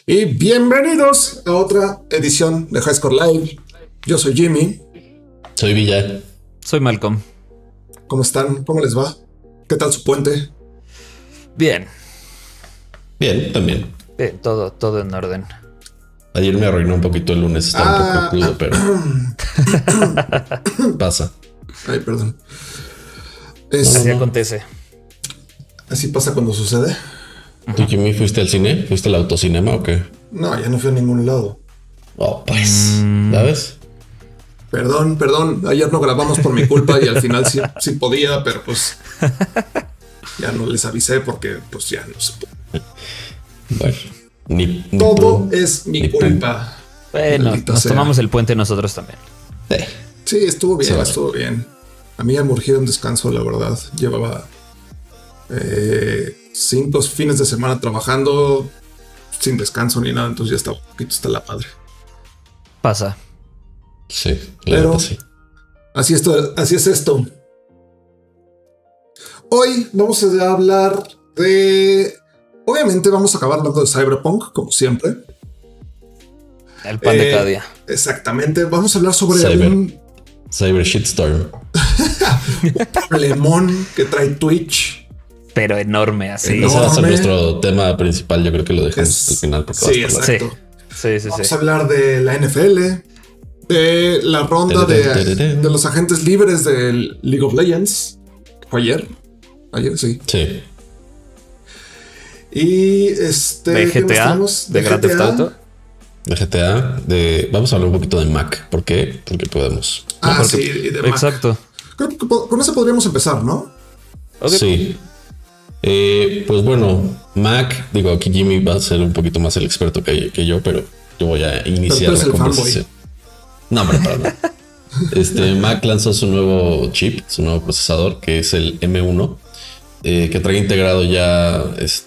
Y bienvenidos a otra edición de High Score Live. Yo soy Jimmy. Soy Villa. Soy Malcolm. ¿Cómo están? ¿Cómo les va? ¿Qué tal su puente? Bien. Bien, también. Bien, todo en orden. Ayer me arruinó un poquito el lunes. Estaba un poco crudo, pero pasa. Ay, perdón. Así acontece. Así pasa cuando sucede. ¿Tú, Jimmy, fuiste al cine? ¿Fuiste al autocinema o qué? No, ya no fui a ningún lado. Oh, pues, ¿sabes? Perdón. Ayer no grabamos por mi culpa y al final sí podía, pero pues ya no les avisé porque pues ya no se puede. Bueno, todo es mi culpa. Bueno, Maldita nos sea. tomamos el puente nosotros también. Sí, estuvo bien. A mí ya me urgía un descanso, la verdad. Llevaba 5 fines de semana trabajando sin descanso ni nada, entonces ya estaba un poquito hasta la madre. Pasa. Sí, Pero sí. así es esto. Hoy vamos a hablar de... Obviamente vamos a acabar hablando de Cyberpunk, como siempre. El pan de cada día. Exactamente. Vamos a hablar sobre Cyber Shitstorm. un problemón que trae Twitch. Pero enorme, así. Ese va a ser nuestro tema principal. Yo creo que lo dejamos al final. Porque Sí, va a estar exacto. Sí. Vamos a hablar de la NFL, de la ronda de los agentes libres del League of Legends. ¿Fue ayer? Ayer, sí. Sí. Y de ¿qué más GTA, tenemos? de Grand Theft Auto. De GTA, vamos a hablar un poquito de Mac. ¿Por qué? Porque podemos. Sí, y de Mac. Exacto. Creo que con eso podríamos empezar, ¿no? Okay. Sí. Pues bueno, Mac, digo, aquí Jimmy va a ser un poquito más el experto que yo, pero yo voy a iniciar la conversación. No, hombre, para nada. Mac lanzó su nuevo chip, su nuevo procesador, que es el M1, que trae integrado ya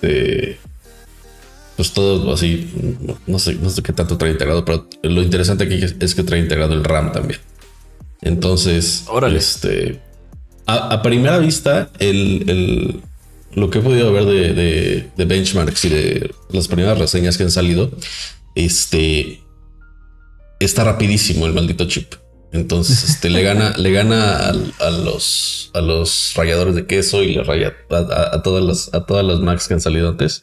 pues todo así. No sé qué tanto trae integrado, pero lo interesante aquí es que trae integrado el RAM también. Entonces, órale. A primera vista, lo que he podido ver de benchmarks y de las primeras reseñas que han salido, está rapidísimo el maldito chip. Entonces, le gana a los ralladores de queso y le raya a todas las Macs que han salido antes.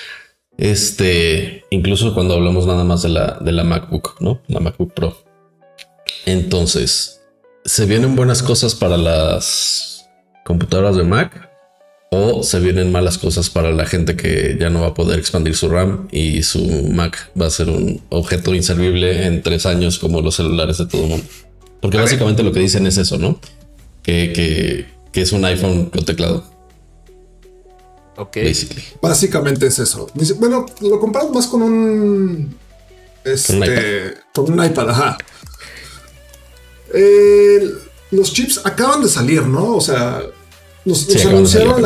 Incluso cuando hablamos nada más de la MacBook, ¿no? La MacBook Pro. Entonces, ¿se vienen buenas cosas para las computadoras de Mac? ¿O se vienen malas cosas para la gente que ya no va a poder expandir su RAM y su Mac va a ser un objeto inservible en 3 años como los celulares de todo el mundo? Porque básicamente lo que dicen es eso, ¿no? Que es un iPhone con teclado. Ok. Basically. Básicamente es eso. Bueno, lo comparamos más con un... con un iPad, ajá. Los chips acaban de salir, ¿no? O sea, nos anunciaron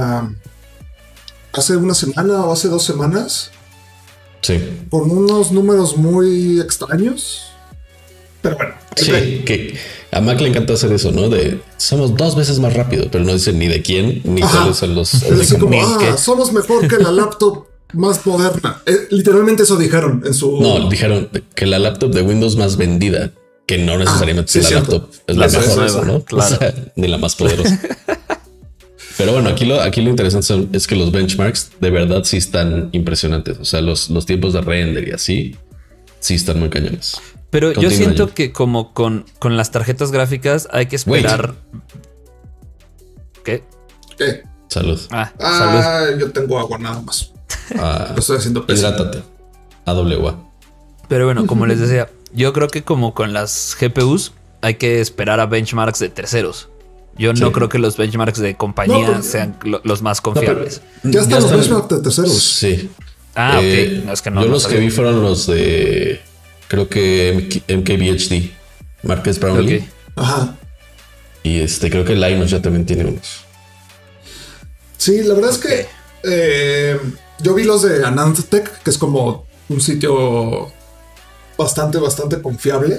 hace una semana o hace 2 semanas. Sí. Con unos números muy extraños. Pero bueno. Sí, que a Mac le encanta hacer eso, ¿no? Somos 2 veces más rápido, pero no dicen ni de quién, ni cuáles son los... somos mejor que la laptop más moderna. Literalmente eso dijeron en su... No, dijeron que la laptop de Windows más vendida, que no necesariamente es la laptop, es la mejor, ¿no? Claro. O sea, ni la más poderosa. Pero bueno, aquí lo interesante es que los benchmarks de verdad sí están impresionantes. O sea, los tiempos de render y así sí están muy cañones. Pero yo siento que como con las tarjetas gráficas hay que esperar. ¿Qué? Salud. Salud. Yo tengo agua nada más. Lo estoy haciendo pésimo. Hidrátate. AWA. Pero bueno, como les decía, yo creo que como con las GPUs hay que esperar a benchmarks de terceros. Yo no creo que los benchmarks de compañía sean los más confiables. Ya están los benchmarks de terceros. Sí. Ok. No, es que no. Yo los que vi fueron los de... Creo que MKBHD, Marques Brownlee. Okay. Ajá. Y creo que Linus ya también tiene unos. Sí, la verdad es que yo vi los de AnandTech, que es como un sitio bastante confiable.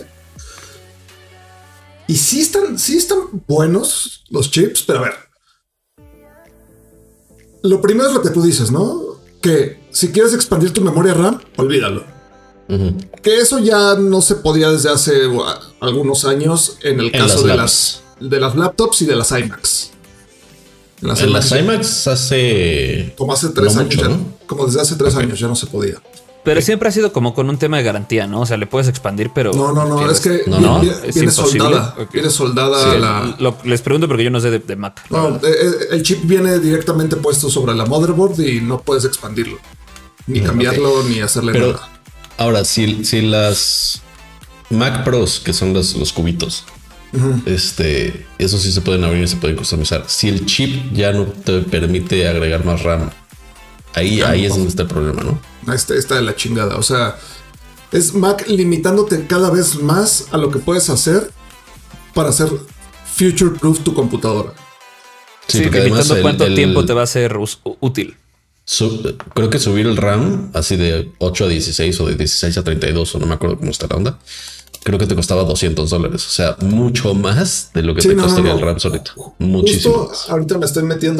Y sí están buenos los chips, pero a ver. Lo primero es lo que tú dices, ¿no? que si quieres expandir tu memoria RAM, olvídalo. Que eso ya no se podía desde hace algunos años en el caso de las laptops y de las iMacs. En las iMacs hace... Como hace 3 años, mucho, ya, ¿no? como desde hace 3 años ya no se podía. Pero siempre ha sido como con un tema de garantía, ¿no? O sea, le puedes expandir, pero... No, es que viene soldada. Okay. Viene soldada les pregunto porque yo no sé de Mac. No, el chip viene directamente puesto sobre la motherboard y no puedes expandirlo. Ni cambiarlo, ni hacerle nada. Ahora, si las Mac Pros, que son los cubitos, esos sí se pueden abrir y se pueden customizar. Si el chip ya no te permite agregar más RAM, ahí es donde está el problema, ¿no? Está de la chingada. O sea, es Mac limitándote cada vez más a lo que puedes hacer para hacer future proof tu computadora. Sí, limitando cuánto tiempo te va a ser útil. Creo que subir el RAM así de 8 a 16 o de 16 a 32 o no me acuerdo cómo está la onda. Creo que te costaba $200. O sea, mucho más de lo que te costaría el RAM solito. Muchísimo. Justo ahorita me estoy metiendo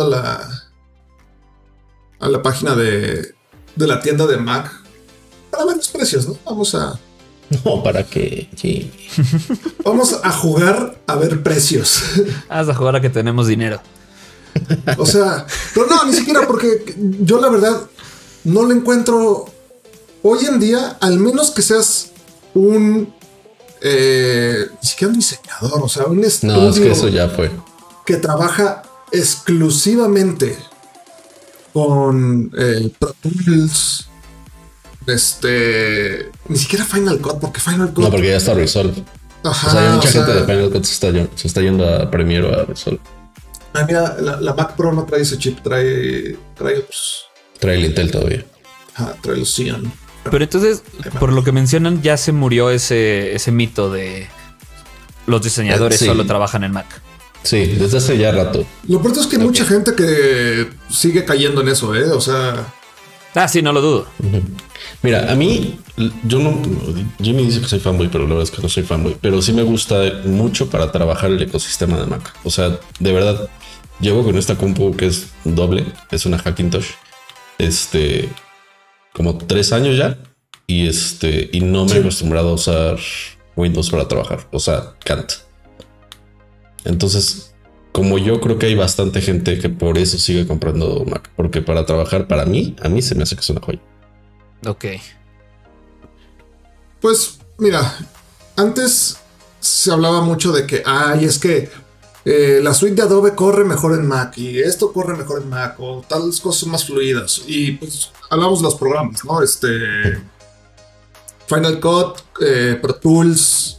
a la página de la tienda de Mac para ver los precios, ¿no? Vamos a... No, ¿para qué? Sí. Vamos a jugar a ver precios. Vas a jugar a que tenemos dinero. O sea, pero no, ni siquiera porque yo la verdad no le encuentro hoy en día, al menos que seas ni siquiera un diseñador, o sea, un estudio. No, es que eso ya fue. Que trabaja exclusivamente con Pro Tools, ni siquiera Final Cut, porque Final Cut. No, porque ya está Resolve. Ajá, o sea, hay mucha gente de Final Cut se está yendo a Premiere o a Resolve. Mira, la Mac Pro no trae ese chip, trae otros. Trae el Intel todavía. Trae los Xeon. Pero entonces, por lo que mencionan, ya se murió ese mito de los diseñadores solo trabajan en Mac. Sí, desde hace ya rato. Lo peor es que hay mucha gente que sigue cayendo en eso, ¿eh? O sea... sí, no lo dudo. Mira, a mí, Jimmy dice que soy fanboy, pero la verdad es que no soy fanboy. Pero sí me gusta mucho para trabajar el ecosistema de Mac. O sea, de verdad, llevo con esta compu que es doble, es una Hackintosh, como 3 años ya. Y no me he acostumbrado a usar Windows para trabajar. O sea, can't. Entonces, como yo creo que hay bastante gente que por eso sigue comprando Mac. Porque para trabajar, a mí se me hace que es una joya. Ok. Pues, mira, antes se hablaba mucho de que, es que la suite de Adobe corre mejor en Mac y esto corre mejor en Mac o tales cosas más fluidas. Y pues hablamos de los programas, ¿no? Final Cut, Pro Tools,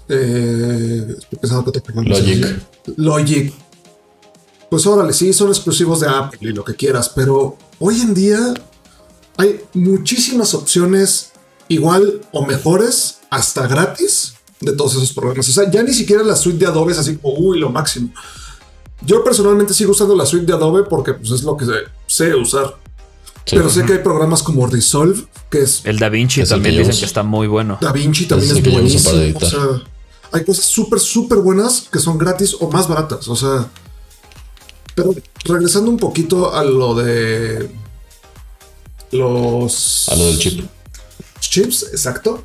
Logic. Pues órale, sí, son exclusivos de Apple y lo que quieras, pero hoy en día hay muchísimas opciones igual o mejores, hasta gratis, de todos esos programas. O sea, ya ni siquiera la suite de Adobe es así como, lo máximo. Yo personalmente sigo usando la suite de Adobe porque pues, es lo que sé usar. Sí, pero sé que hay programas como Resolve, que es... El DaVinci también dicen que está muy bueno. DaVinci también es buenísimo. O sea, hay cosas súper buenas que son gratis o más baratas. O sea... Pero regresando un poquito a lo de... A lo del chip. Chips, exacto.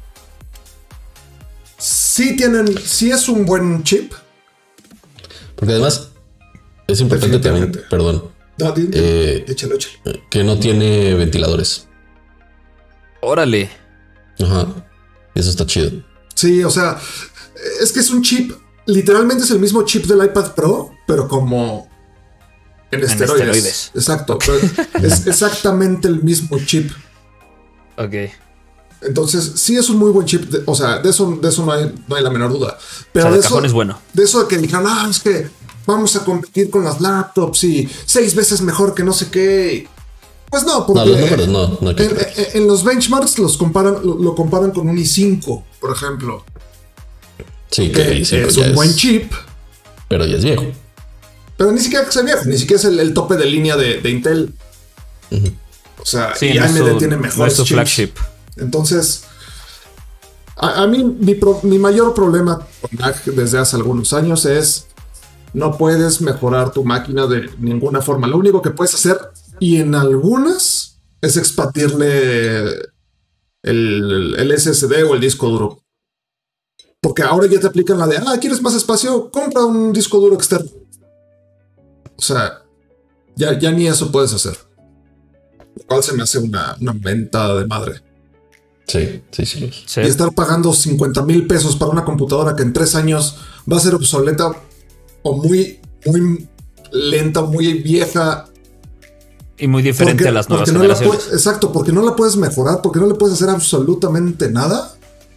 Sí es un buen chip. Porque además es importante también, perdón. No, échalo. Que no tiene ventiladores. Órale. Ajá. Eso está chido. Sí, o sea, es que es un chip. Literalmente es el mismo chip del iPad Pro, pero como en esteroides. Exacto. Es exactamente el mismo chip. Ok. Entonces, sí es un muy buen chip. O sea, de eso no hay la menor duda. Pero o sea, de cajón es bueno. De eso de que dijeron, es que vamos a competir con las laptops y 6 veces mejor que no sé qué. Pues no, porque los números no en los benchmarks lo comparan con un i5, por ejemplo. Sí, que es un buen chip. Pero ya es viejo. Pero ni siquiera que sea viejo, ni siquiera es el tope de línea de Intel. O sea, sí, y AMD tiene mejores chips. Flagship. Entonces, a mí mi mayor problema con Mac desde hace algunos años es no puedes mejorar tu máquina de ninguna forma. Lo único que puedes hacer, y en algunas es expandirle el SSD o el disco duro. Porque ahora ya te aplican la de, ¿quieres más espacio? Compra un disco duro externo. O sea, ya ni eso puedes hacer. Lo cual se me hace una mentada de madre. Sí. Y estar pagando 50,000 pesos para una computadora que en 3 años va a ser obsoleta o muy lenta, muy vieja. Y muy diferente a las nuevas generaciones. Exacto, porque no la puedes mejorar, porque no le puedes hacer absolutamente nada.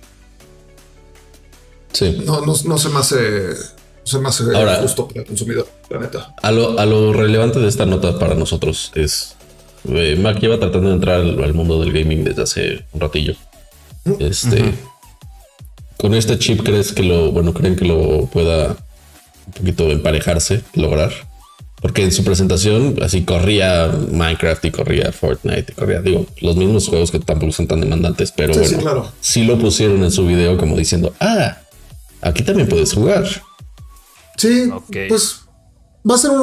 Sí. No se me hace ahora, justo para el consumidor, la neta. A lo relevante de esta nota para nosotros es Mac lleva tratando de entrar al mundo del gaming desde hace un ratillo. Con este chip creen que lo pueda un poquito emparejarse, lograr. Porque en su presentación así corría Minecraft y corría Fortnite y corría, los mismos juegos que tampoco son tan demandantes, pero sí, claro. Sí lo pusieron en su video como diciendo, aquí también puedes jugar. Sí, pues va a ser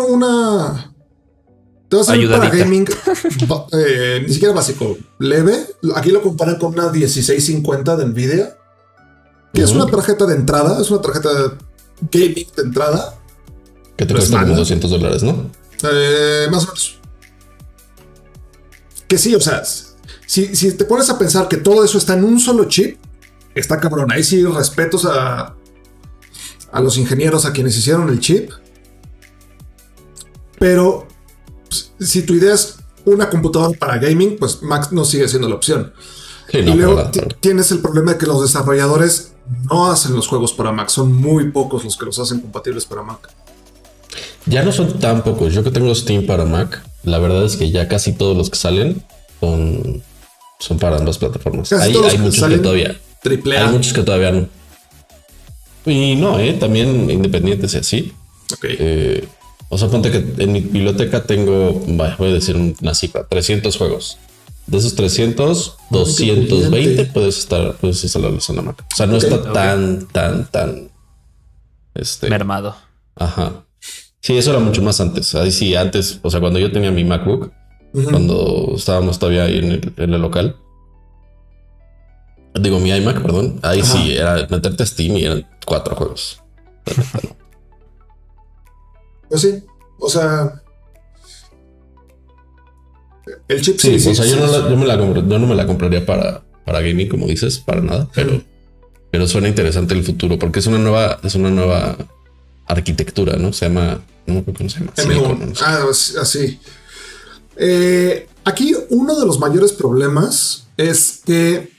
te va a ser para gaming ni siquiera básico, leve. Aquí lo comparan con una 1650 de Nvidia, que es una tarjeta de entrada, es una tarjeta de gaming de entrada. Que te cuesta como $200, ¿no? Más o menos. Que sí, o sea, si te pones a pensar que todo eso está en un solo chip, está cabrón. Ahí sí respetos a los ingenieros, a quienes hicieron el chip. Pero si tu idea es una computadora para gaming, pues Mac no sigue siendo la opción. Sí, y luego tienes el problema de que los desarrolladores no hacen los juegos para Mac. Son muy pocos los que los hacen compatibles para Mac. Ya no son tan pocos. Yo que tengo Steam para Mac, la verdad es que ya casi todos los que salen son para ambas plataformas. Hay muchos que todavía. AAA. Hay muchos que todavía no. Y no, también independientes y así. Okay. O sea, ponte que en mi biblioteca tengo, voy a decir una cifra, 300 juegos. De esos 300, 220 puedes instalarlos en la Mac. O sea, no está tan mermado. Ajá. Sí, eso era mucho más antes. Ahí sí, antes, o sea, cuando yo tenía mi MacBook, cuando estábamos todavía ahí en el local, mi iMac, perdón, ahí sí era meterte a Steam y eran 4 juegos. Pues sí, o sea, el chip sí. O sea, yo no me la compraría para gaming, como dices, para nada, pero suena interesante el futuro porque es una nueva arquitectura, ¿no? Se llama, no me acuerdo cómo se llama. Silicon, no sé. Así. Aquí uno de los mayores problemas es que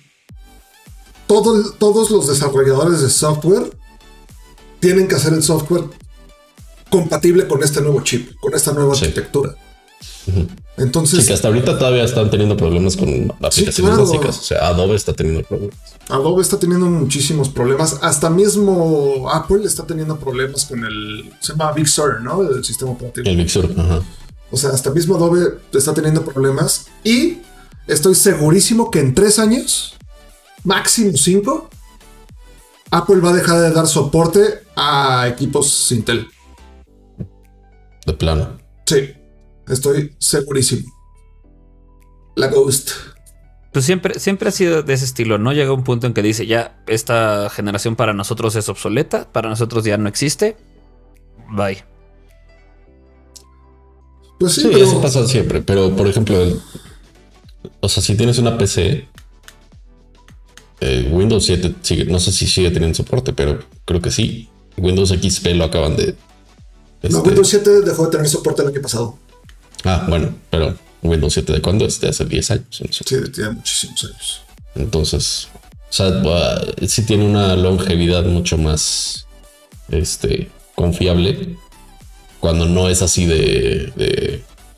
todos los desarrolladores de software tienen que hacer el software compatible con este nuevo chip, con esta nueva arquitectura. Entonces, sí, que hasta ahorita todavía están teniendo problemas con aplicaciones básicas. O sea, Adobe está teniendo problemas. Adobe está teniendo muchísimos problemas. Hasta mismo Apple está teniendo problemas con se llama Big Sur, ¿no? El sistema operativo. El Big Sur, ajá. O sea, hasta mismo Adobe está teniendo problemas. Y estoy segurísimo que en 3 años, máximo 5, Apple va a dejar de dar soporte a equipos Intel. De plano. Sí. Estoy segurísimo. La Ghost. Pues siempre ha sido de ese estilo, ¿no? Llega un punto en que dice, ya, esta generación para nosotros es obsoleta, para nosotros ya no existe. Bye. Pues sí, pero eso pasa siempre. Pero, por ejemplo, o sea, si tienes una PC, Windows 7 sigue, no sé si sigue teniendo soporte, pero creo que sí. Windows XP lo acaban de... No, Windows 7 dejó de tener soporte el año pasado. Bueno, pero Windows 7 ¿de cuándo? Es de hace 10 años. No sé. Sí, tiene muchísimos años. Entonces, o sea, sí tiene una longevidad mucho más confiable cuando no es así de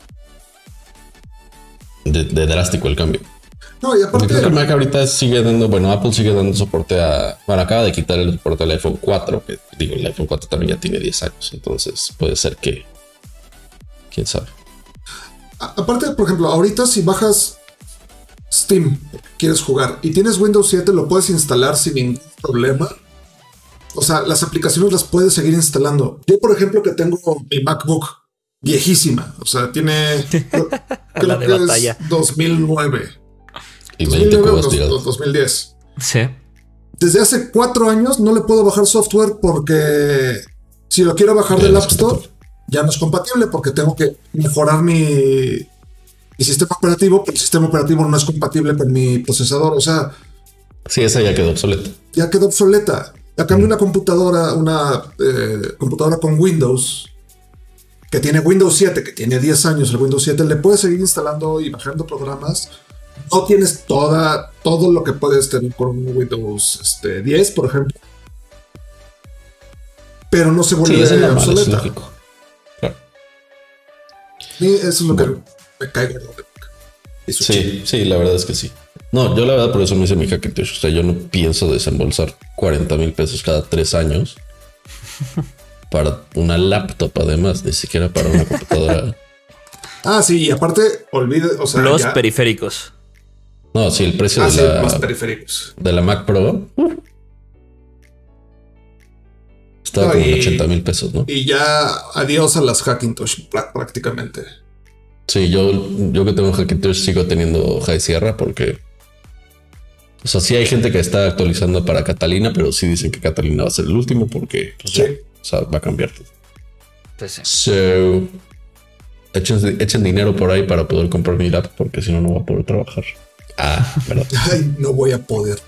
drástico el cambio. No, y aparte... Creo que Mac ahorita sigue dando, Apple sigue dando soporte acaba de quitar el soporte al iPhone 4, que el iPhone 4 también ya tiene 10 años, entonces puede ser que, quién sabe. Aparte, por ejemplo, ahorita si bajas Steam, quieres jugar y tienes Windows 7, lo puedes instalar sin ningún problema. O sea, las aplicaciones las puedes seguir instalando. Yo, por ejemplo, que tengo mi MacBook viejísima. O sea, tiene... La de que batalla. es 2009. Y 20 cubos o tirados. 2010. Sí. Desde hace 4 años no le puedo bajar software porque si lo quiero bajar del App Store ya no es compatible porque tengo que mejorar mi sistema operativo, pero el sistema operativo no es compatible con mi procesador. O sea, Sí, esa ya quedó obsoleta. ya quedó obsoleta. A cambio una computadora con Windows que tiene Windows 7, que tiene 10 años, el Windows 7, le puedes seguir instalando y bajando programas. No tienes todo lo que puedes tener con un Windows 10, por ejemplo. Pero no se Sí, vuelve eso es normal, es obsoleta. lógico. Claro. Y eso es lo Bueno. que me cae gordo de Mac. Y su Sí, sí, la verdad es que sí. No, yo la verdad por eso me hice mi Hackintosh. O sea, yo no pienso desembolsar 40,000 pesos cada 3 años para una laptop, además, ni siquiera para una computadora. Ah, sí, y aparte, olvide, o sea, Los ya- periféricos. No, sí, el precio Ah, de, sí, la, más periféricos. de la Mac Pro estaba No, como en y- 80,000 pesos, ¿no? Y ya adiós a las Hackintosh prácticamente. Sí, yo que tengo Hackintosh sigo teniendo High Sierra porque... O sea, sí hay gente que está actualizando para Catalina, pero sí dicen que Catalina va a ser el último porque pues, Sí. ya, o sea, va a cambiar todo. Pues sí. So, echen dinero por ahí para poder comprar mi laptop porque si no, no voy a poder trabajar. Ah, perdón. Ay, no voy a poder.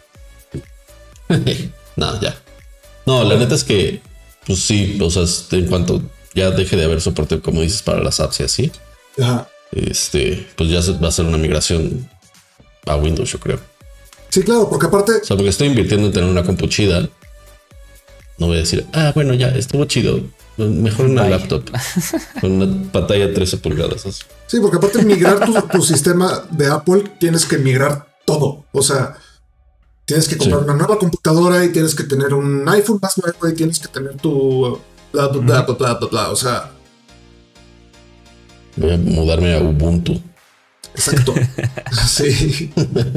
No, ya. No, la neta es que, pues sí, o sea, en cuanto ya deje de haber soporte, como dices, para las apps y así, Ajá. pues ya va a ser una migración a Windows, yo creo. Sí, claro, porque aparte, O sea, porque estoy invirtiendo en tener una compu chida. No voy a decir, bueno, ya estuvo chido. Mejor una Bye. laptop con una pantalla de 13 pulgadas. Así. sí, porque aparte migrar tu sistema de Apple, tienes que migrar todo. O sea, tienes que comprar Sí. una nueva computadora y tienes que tener un iPhone más nuevo y tienes que tener tu bla, bla, bla, bla, bla, bla, bla. O sea, Voy a mudarme a Ubuntu. exacto. Sí.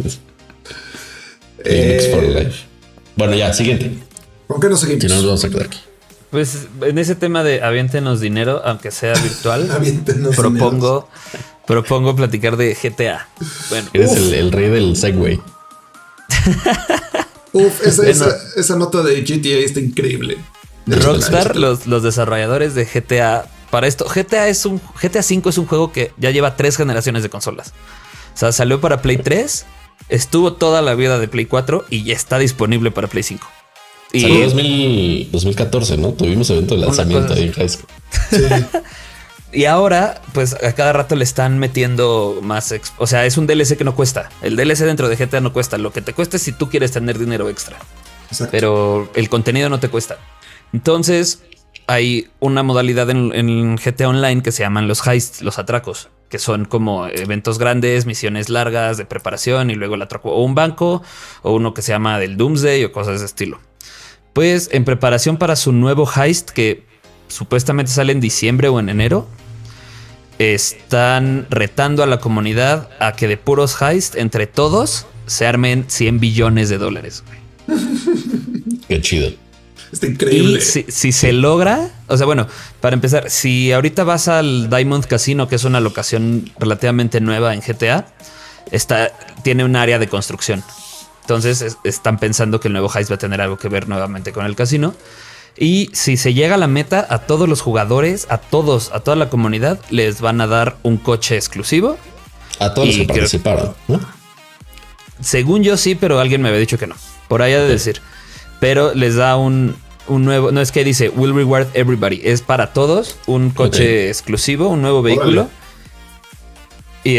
Linux for Life. Bueno, ya, siguiente. ¿Con qué nos Si no, nos seguimos? vamos a quedar aquí. Pues en ese tema de aviéntenos dinero, aunque sea virtual, Aviéntenos propongo platicar de GTA. Bueno, Eres el rey del Segway. Uf, Bueno. esa nota de GTA está increíble. Rockstar, los desarrolladores de GTA, para esto, GTA 5 es un juego que ya lleva 3 generaciones de consolas. O sea, salió para Play 3, estuvo toda la vida de Play 4 y ya está disponible para Play 5. Y Salió 2014, ¿no? Tuvimos evento de lanzamiento cosa ahí en High School. Sí. Y ahora, pues a cada rato le están metiendo más. O sea, es un DLC que no cuesta. El DLC dentro de GTA no cuesta. Lo que te cuesta es si tú quieres tener dinero extra. Exacto. Pero el contenido no te cuesta. Entonces, hay una modalidad en GTA Online que se llaman los heists, los atracos, que son como eventos grandes, misiones largas de preparación y luego el atraco o un banco o uno que se llama del Doomsday o cosas de ese estilo. Pues en preparación para su nuevo heist que supuestamente sale en diciembre o en enero, están retando a la comunidad a que de puros heist entre todos se armen 100 billones de dólares. Qué chido. Está increíble. Y si se logra, o sea, bueno, para empezar, si ahorita vas al Diamond Casino, que es una locación relativamente nueva en GTA, tiene un área de construcción. Entonces están pensando que el nuevo heist va a tener algo que ver nuevamente con el casino. Y si se llega a la meta, a todos los jugadores, a toda la comunidad, les van a dar un coche exclusivo. A todos los Y que creo- participaron, ¿no? Según yo sí, pero alguien me había dicho que no. Por ahí ha de decir. Pero les da un nuevo... No, es que dice, will reward everybody. Es para todos un coche exclusivo, un nuevo vehículo. Y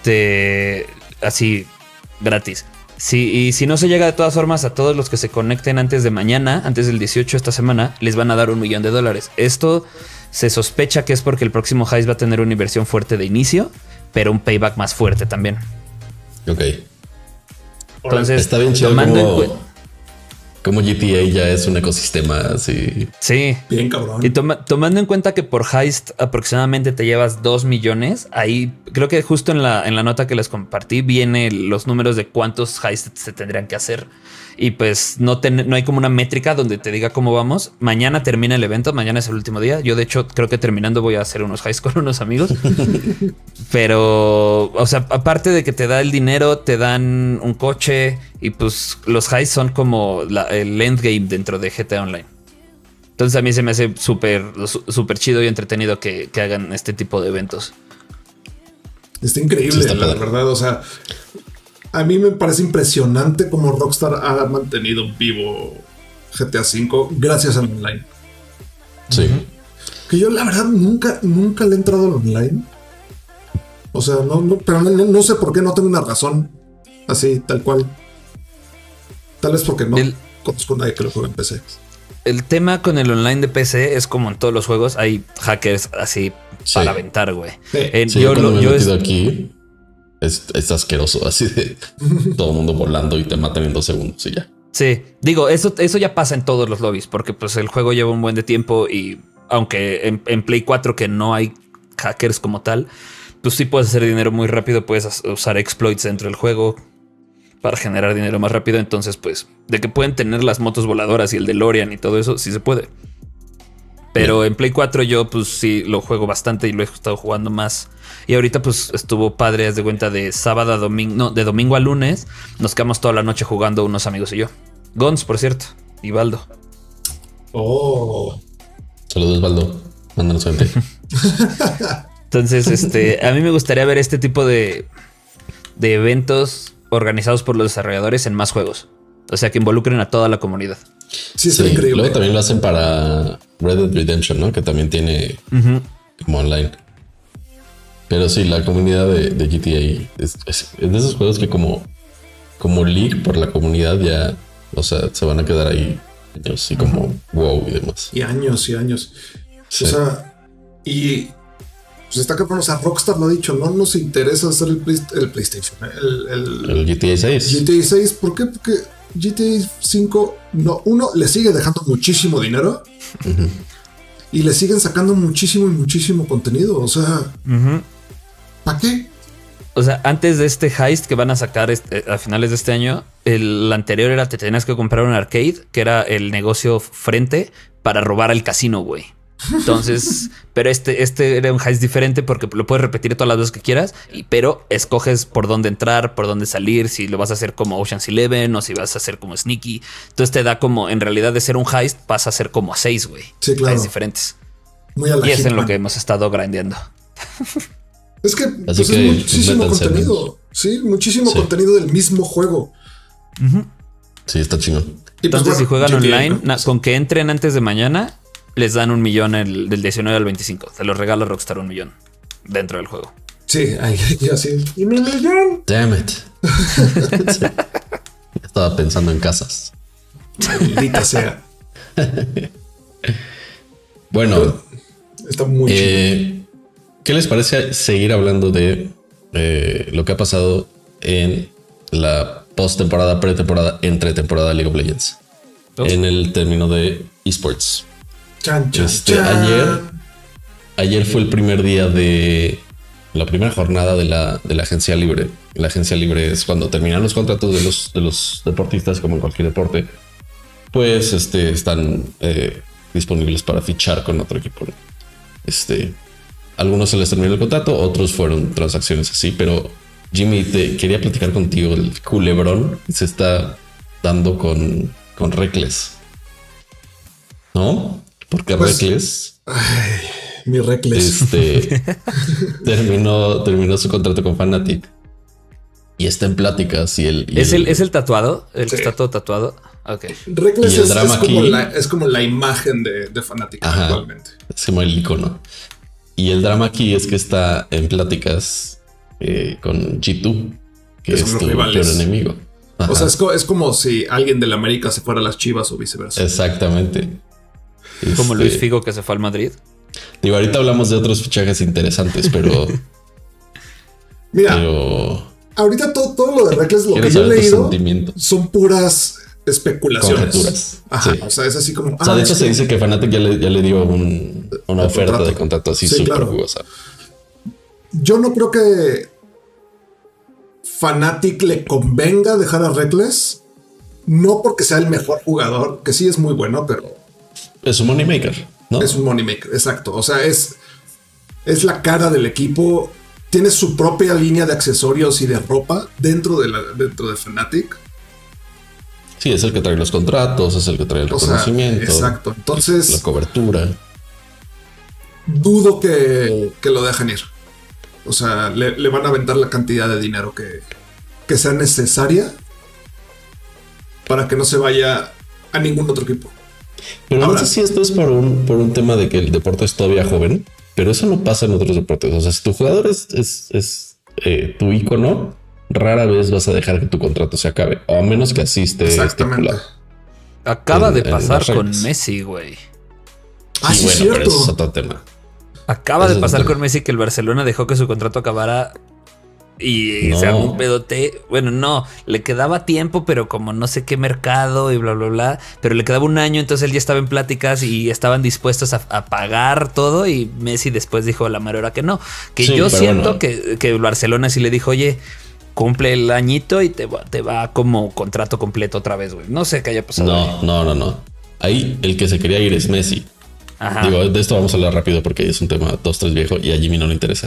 así, gratis. Y si no se llega de todas formas, a todos los que se conecten antes de mañana, antes del 18 esta semana, les van a dar $1 millón. Esto se sospecha que es porque el próximo heist va a tener una inversión fuerte de inicio, pero un payback más fuerte también. Ok. Entonces, Está bien chido tomando en como... cuen- como GTA ya es un ecosistema así. Sí. Bien cabrón. Y tomando en cuenta que por heist aproximadamente te llevas 2 millones, ahí creo que justo en la nota que les compartí viene los números de cuántos heists se tendrían que hacer. Y pues no hay como una métrica donde te diga cómo vamos. Mañana termina el evento, mañana es el último día. Yo de hecho creo que terminando voy a hacer unos heists con unos amigos. Pero, o sea, aparte de que te da el dinero, te dan un coche y pues los heists son como el endgame dentro de GTA Online. Entonces a mí se me hace súper chido y entretenido que hagan este tipo de eventos. Está increíble, Sí, está la padre. verdad. O sea, a mí me parece impresionante cómo Rockstar ha mantenido vivo GTA V gracias al online. Sí. Que yo la verdad nunca le he entrado al online. O sea, pero no sé por qué, no tengo una razón así, tal cual. Tal vez porque no conozco a nadie que lo juegue en PC. El tema con el online de PC es como en todos los juegos, hay hackers así Sí. para aventar, güey. Sí, yo cuando me he metido aquí es asqueroso, así de todo el mundo volando y te matan en 2 segundos y ya. Sí, digo, eso ya pasa en todos los lobbies, porque pues el juego lleva un buen de tiempo y aunque en Play 4 que no hay hackers como tal, pues sí puedes hacer dinero muy rápido, puedes usar exploits dentro del juego para generar dinero más rápido. Entonces, pues, de que pueden tener las motos voladoras y el DeLorean y todo eso, sí se puede. Pero en Play 4 yo pues sí lo juego bastante y lo he estado jugando más. Y ahorita pues estuvo padre, haz de cuenta, de sábado a domingo, no, de domingo a lunes. Nos quedamos toda la noche jugando unos amigos y yo. Gons, por cierto, y Baldo. Oh. Saludos, Baldo. Mándanos gente. Entonces, a mí me gustaría ver este tipo de eventos organizados por los desarrolladores en más juegos. O sea, que involucren a toda la comunidad. Sí, es increíble. Luego también lo hacen para Red Dead Redemption, ¿no? Que también tiene como online. Pero sí, la comunidad de GTA es de esos juegos que como leak por la comunidad ya, o sea, se van a quedar ahí años y como wow y demás. Y años y años. Sí. O sea, y pues está cabrón. O sea, Rockstar lo ha dicho, no nos interesa hacer el PlayStation, El GTA 6. GTA 6. ¿Por qué? Porque GTA 5, no, uno, le sigue dejando muchísimo dinero y le siguen sacando muchísimo contenido. O sea, ¿para qué? O sea, antes de este heist que van a sacar a finales de este año, el anterior era te tenías que comprar un arcade, que era el negocio frente para robar al casino, güey. Entonces, pero este era un heist diferente porque lo puedes repetir todas las veces que quieras, pero escoges por dónde entrar, por dónde salir, si lo vas a hacer como Ocean's 11 o si vas a hacer como Sneaky. Entonces te da como, en realidad de ser un heist, pasa a ser como a 6, güey. Sí, claro. Heists diferentes. Muy a la Y es en Hitman. lo que hemos estado grindeando. Es que, Así pues, es que muchísimo métanse, contenido. Sí, muchísimo contenido del mismo juego. Sí, está chingón. Y pues, Entonces, bueno, si juegan GTA, online, ¿no? con que entren antes de mañana, les dan 1 millón del 19 al 25. Se los regala Rockstar 1 millón dentro del juego. Sí, ahí así. ¡Y mi millón! Damn it. Sí. Estaba pensando en casas. Maldita sea. Bueno, Está muy chido. ¿qué les parece seguir hablando de lo que ha pasado en la post-temporada, pretemporada, entre temporada de League of Legends? En el término de esports. Chan, chan, chan. Ayer fue el primer día de la primera jornada de la agencia libre. La agencia libre es cuando terminan los contratos de los deportistas, como en cualquier deporte, pues están disponibles para fichar con otro equipo. Algunos se les terminó el contrato, otros fueron transacciones así, pero Jimmy, te quería platicar contigo el culebrón que se está dando con Reckless, ¿no? Porque pues, Reckless, mi Reckless, terminó su contrato con Fnatic y está en pláticas. ¿Es el tatuado? ¿El que está todo tatuado? Ok. Reckless es como la imagen de Fnatic actualmente. Es como el icono. Y el drama aquí es que está en pláticas con G2, que es tu peor enemigo. Ajá. O sea, es como si alguien del América se fuera a las Chivas o viceversa. Exactamente. Como Luis Figo que se fue al Madrid. Digo, ahorita hablamos de otros fichajes interesantes, pero... Mira, ahorita todo lo de Reckless, lo que yo he leído son puras especulaciones. Conjeturas. Ajá, Sí. o sea, es así como... O sea, de hecho es se que- dice que Fnatic ya le dio una oferta contrato. de contrato así Sí, súper claro. jugosa. Yo no creo que Fnatic le convenga dejar a Reckless. No porque sea el mejor jugador, que sí es muy bueno, pero Es un moneymaker, ¿no? es un moneymaker, exacto. O sea, es la cara del equipo. Tiene su propia línea de accesorios y de ropa dentro de Fnatic. Sí, es el que trae los contratos, es el que trae el O sea, reconocimiento. exacto. la Entonces, cobertura. dudo que lo dejen ir. O sea, le van a aventar la cantidad de dinero que sea necesaria para que no se vaya a ningún otro equipo. Pero Ahora- no sé si esto es por un tema de que el deporte es todavía joven, pero eso no pasa en otros deportes. O sea, si tu jugador es tu ícono, rara vez vas a dejar que tu contrato se acabe, o a menos que asiste Exactamente. estipulado. Acaba de en pasar las con reglas. Messi, güey. Ah, sí, es pero cierto. eso es otro tema. Acaba Eso de es pasar otro. con Messi que el Barcelona dejó que su contrato acabara y No. se armó un pedote. Bueno, no, le quedaba tiempo, pero como no sé qué mercado y bla, bla, bla. Pero le quedaba un año, entonces él ya estaba en pláticas y estaban dispuestos a pagar todo. Y Messi después dijo a la mera hora que no. Que Sí, yo pero siento bueno. que el Barcelona sí le dijo, oye, cumple el añito y te va como contrato completo otra vez, güey. No sé qué haya pasado. ahí. No. Ahí el que se quería ir es Messi. Ajá. Digo, de esto vamos a hablar rápido porque es un tema 2-3 viejo y a Jimmy no le interesa.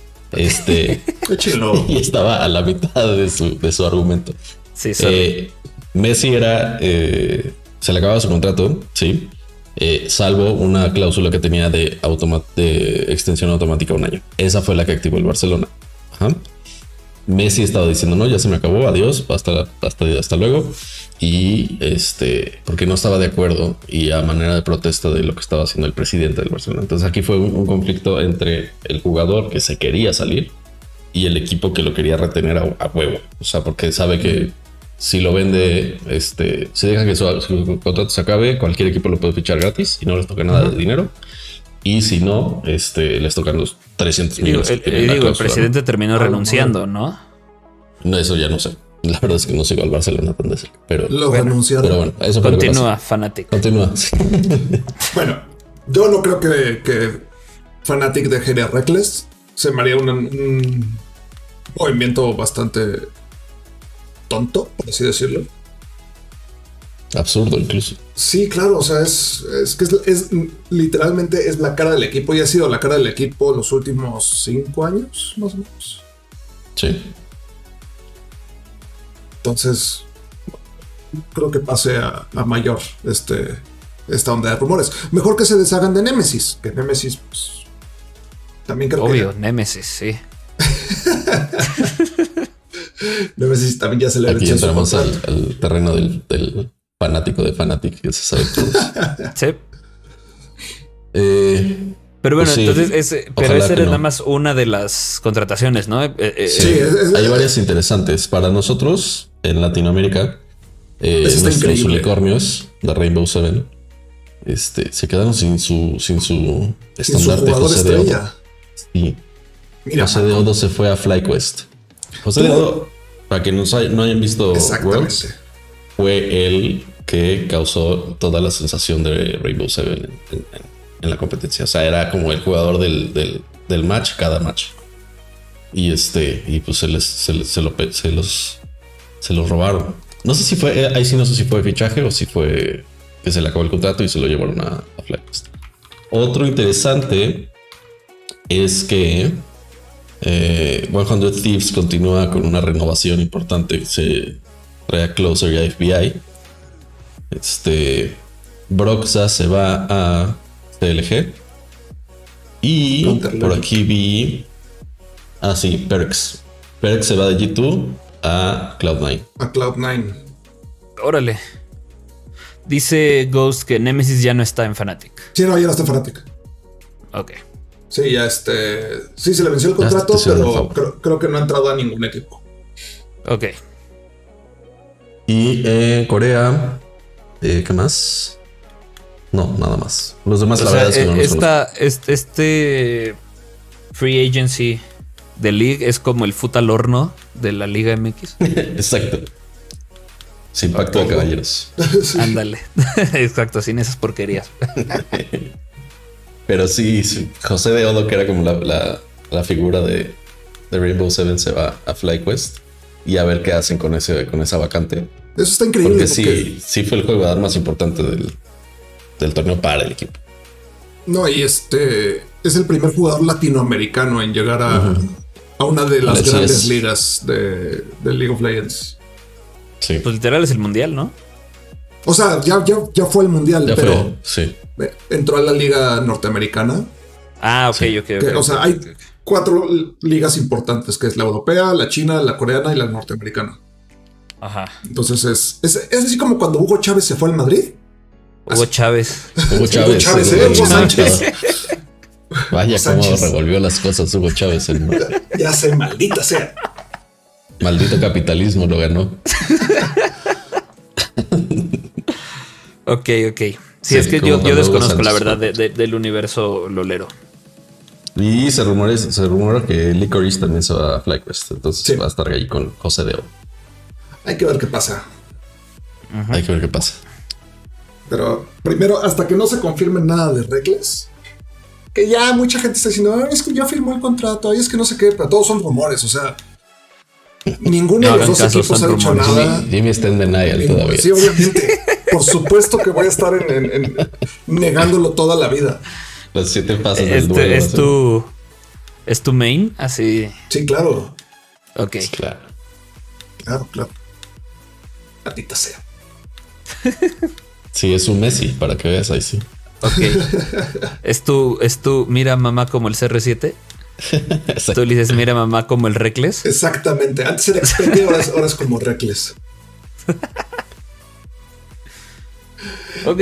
Échenlo. Y estaba a la mitad de su argumento. Sí, sorry. Messi se le acababa su contrato, sí, salvo una cláusula que tenía de extensión automática un año. Esa fue la que activó el Barcelona. Ajá. Messi estaba diciendo, no, ya se me acabó, adiós, hasta luego. Y porque no estaba de acuerdo y a manera de protesta de lo que estaba haciendo el presidente del Barcelona. Entonces aquí fue un conflicto entre el jugador que se quería salir y el equipo que lo quería retener a huevo. O sea, porque sabe que si lo vende, si deja que su contrato se acabe, cualquier equipo lo puede fichar gratis y no les toca nada de dinero. Y si no, les tocan los 300 Y digo, millones. que tiene la el cláusula, presidente terminó Ah, renunciando, ¿no? ¿no? Eso ya no sé. La verdad es que no sigo al Barcelona tan de cerca, pero Renunciaron. bueno, eso fue lo que Continúa, pasó. Fnatic. Continúa. Sí. Bueno, yo no creo que Fnatic deje ir a Reckless. Se me haría un movimiento bastante tonto, por así decirlo. Absurdo incluso. Sí, claro, o sea, es que literalmente es la cara del equipo y ha sido la cara del equipo los últimos 5 años, más o menos. Sí. Entonces, creo que pase a mayor esta onda de rumores. Mejor que se deshagan de Nemesis, que Nemesis, pues, también creo Obvio, que Nemesis, sí. Nemesis también ya se le Aquí venció su entramos contrato. al terreno del fanático de Fnatic, que se sabe todos. Sí. Pero bueno, Pues sí, entonces, pero ojalá esa que era no. nada más una de las contrataciones, ¿no? Sí, Hay varias interesantes. Para nosotros, en Latinoamérica, está nuestros increíble. unicornios de Rainbow Seven se quedaron sin su Sin su estandarte jugador José de Odo. estrella. Y Mira, José de Odo se fue a FlyQuest. José de Odo, para que no hayan visto Worlds, exactamente. fue el que causó toda la sensación de Rainbow Seven en la competencia. O sea, era como el jugador del match, cada match. Y y pues se los robaron. No sé si fue, ahí sí no sé si fue fichaje o si fue que se le acabó el contrato y se lo llevaron a FlyQuest. Otro interesante es que 100 Thieves continúa con una renovación importante. Se trae a Closer y a FBI. Broxa se va a CLG. Y Counter-Logic. por aquí vi. Ah, sí, Perks. Perks se va de G2 a Cloud9. A Cloud9. Órale. Dice Ghost que Nemesis ya no está en Fnatic. Sí, no, ya no está Fnatic. Ok. Sí, ya sí, se le venció el Ya contrato, te hicieron el pero favor. creo que no ha entrado a ningún equipo. Ok. Y Corea. ¿Qué más? No, nada más. Los demás, O la sea, verdad es que no los conozco. este Free Agency de League es como el fut al horno de la Liga MX. Exacto. Sin pacto de caballeros. Sí. Ándale. Exacto, sin esas porquerías. Pero sí, José de Odo, que era como la figura de Rainbow Seven, se va a FlyQuest y a ver qué hacen con esa vacante. Eso está increíble. Porque sí fue el jugador más importante del torneo para el equipo. No, y es el primer jugador latinoamericano en llegar a una de las Así grandes es. ligas de League of Legends. Sí, Pues literal es el mundial, ¿no? O sea, ya fue el mundial, ya pero fue, sí. entró a la liga norteamericana. Ah, ok, Sí. ok. O sea, hay 4 ligas importantes, que es la europea, la china, la coreana y la norteamericana. Ajá. Entonces es así como cuando Hugo Chávez se fue al Madrid. Hugo Chávez. Hugo Chávez. Chávez, sí, Hugo Sánchez. Vaya Hugo cómo Sánchez. revolvió las cosas Hugo Chávez. Ya sé, maldita sea. Maldito capitalismo lo ganó. Ok. Sí, Sí, es que como yo cuando desconozco Hugo la Sánchez verdad del universo lolero. Y se rumora que Licorice también se va a FlyQuest. Entonces Sí. va a estar ahí con José de Odo. Hay que ver qué pasa. Hay que ver qué pasa. Pero primero, hasta que no se confirme nada de Reckless, que ya mucha gente está diciendo, es que ya firmó el contrato, ay, es que no sé qué, pero todos son rumores, o sea, ninguno No de los hagan dos caso, equipos ha son dicho rumores. nada. Jimmy está en denial todavía. Sí, obviamente. Por supuesto que voy a estar negándolo toda la vida. Los 7 pasos del duelo. ¿Es tu main? Así. Sí, claro. Ok. Claro. Claro. Maldita sea. Sí, es un Messi, para que veas ahí sí. Ok. ¿Es tu mira mamá como el CR7? Tú le dices mira mamá como el Reckless. Exactamente. Antes era Expedia, ahora es como Reckless. Ok.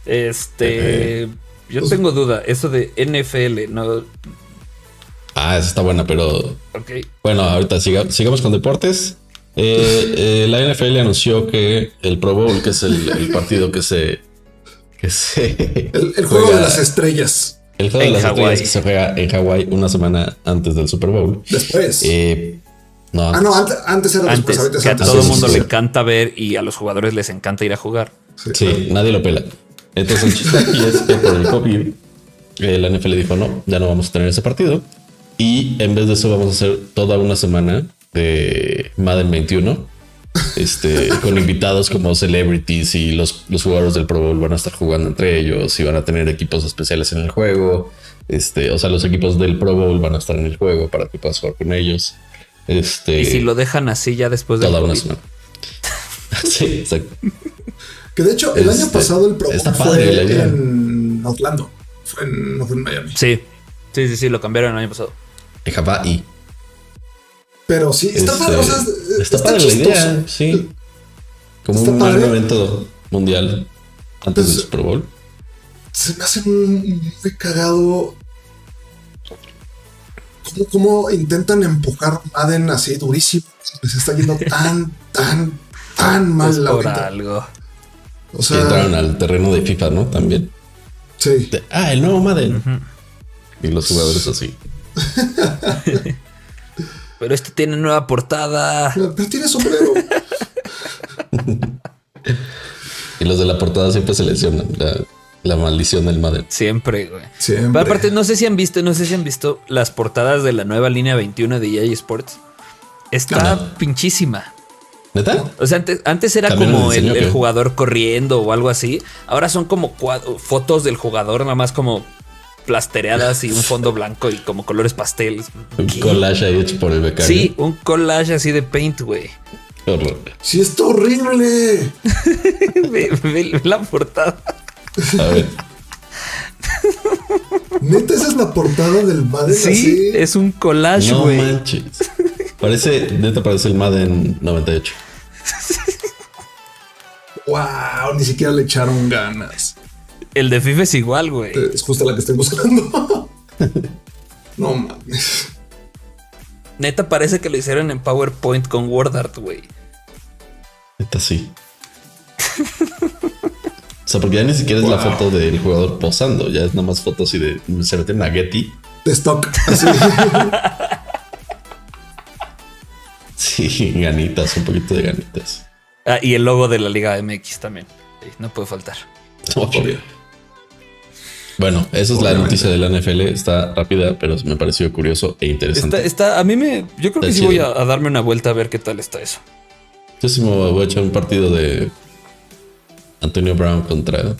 Yo tengo duda. Eso de NFL, ¿no? Ah, esa está buena, pero Ok. bueno, ahorita sigamos con deportes. La NFL anunció que el Pro Bowl, que es el partido que se El juego juega- de las estrellas. el juego de En las Hawái. estrellas que se juega en Hawái una semana antes del Super Bowl. Después. No, No, antes era después. Antes, Ahorita es que a antes. todo el Sí, mundo sí, le sí. encanta ver y a los jugadores les encanta ir a jugar. sí, nadie lo pela. Entonces el chiste aquí es que por el COVID, la NFL dijo no, ya no vamos a tener ese partido. Y en vez de eso vamos a hacer toda una semana de Madden 21. Con invitados como celebrities y los jugadores del Pro Bowl van a estar jugando entre ellos y van a tener equipos especiales en el juego. O sea, los equipos del Pro Bowl van a estar en el juego para que puedas jugar con ellos. Y si lo dejan así ya después de toda una semana. Sí, exacto. Que de hecho, el año pasado el Pro Bowl está fue padre la idea. en Orlando. No fue en Miami. Sí, lo cambiaron el año pasado. En Hawái. Pero sí, está padre. O sea, está padre la chistoso. idea, sí. Como Está un padre. gran evento mundial antes del Pues, Super Bowl. Se me hace muy cagado cómo intentan empujar Madden así durísimo. Les está yendo tan mal Es la por ahorita. algo. O Y sea, entraron al terreno de FIFA, ¿no? También. sí. El nuevo Madden. Y los jugadores así. Pero este tiene nueva portada. Pero tiene sombrero. Y los de la portada siempre se lesionan. La maldición del Madden. Siempre, güey. Siempre. Pero aparte, no sé si han visto las portadas de la nueva línea 21 de EA Sports. Está No. pinchísima. ¿Neta? O sea, antes era Cambiaron como el diseño, el ¿qué? jugador corriendo o algo así. Ahora son como fotos del jugador, nada más como plastereadas y un fondo blanco y como colores pasteles. Un ¿Qué? collage ahí hecho por el becario. Sí, un collage así de paint, güey. Qué horror. Sí, está horrible. Ve la portada. A ver. Neta, esa es la portada del Madden. Sí, así. es un collage, No güey. manches. Neta parece el Madden 98. Wow, ni siquiera le echaron ganas. El de FIFA es igual, güey. Es justo la que estoy buscando. No mames. Neta parece que lo hicieron en PowerPoint con WordArt, güey. Neta sí. O sea, porque ya ni siquiera es la foto del jugador posando. Ya es nada más foto así de... Se meten a Getty. De stock. Así. Sí, ganitas. Un poquito de ganitas. Ah, y el logo de la Liga MX también. Sí, no puede faltar. Obvio. Bueno, esa es la Obviamente. noticia de la NFL. Está rápida, pero me pareció curioso e interesante. A mí yo creo que Está sí voy chido. a darme una vuelta a ver qué tal está eso. Yo sí me voy a echar un partido de Antonio Brown contra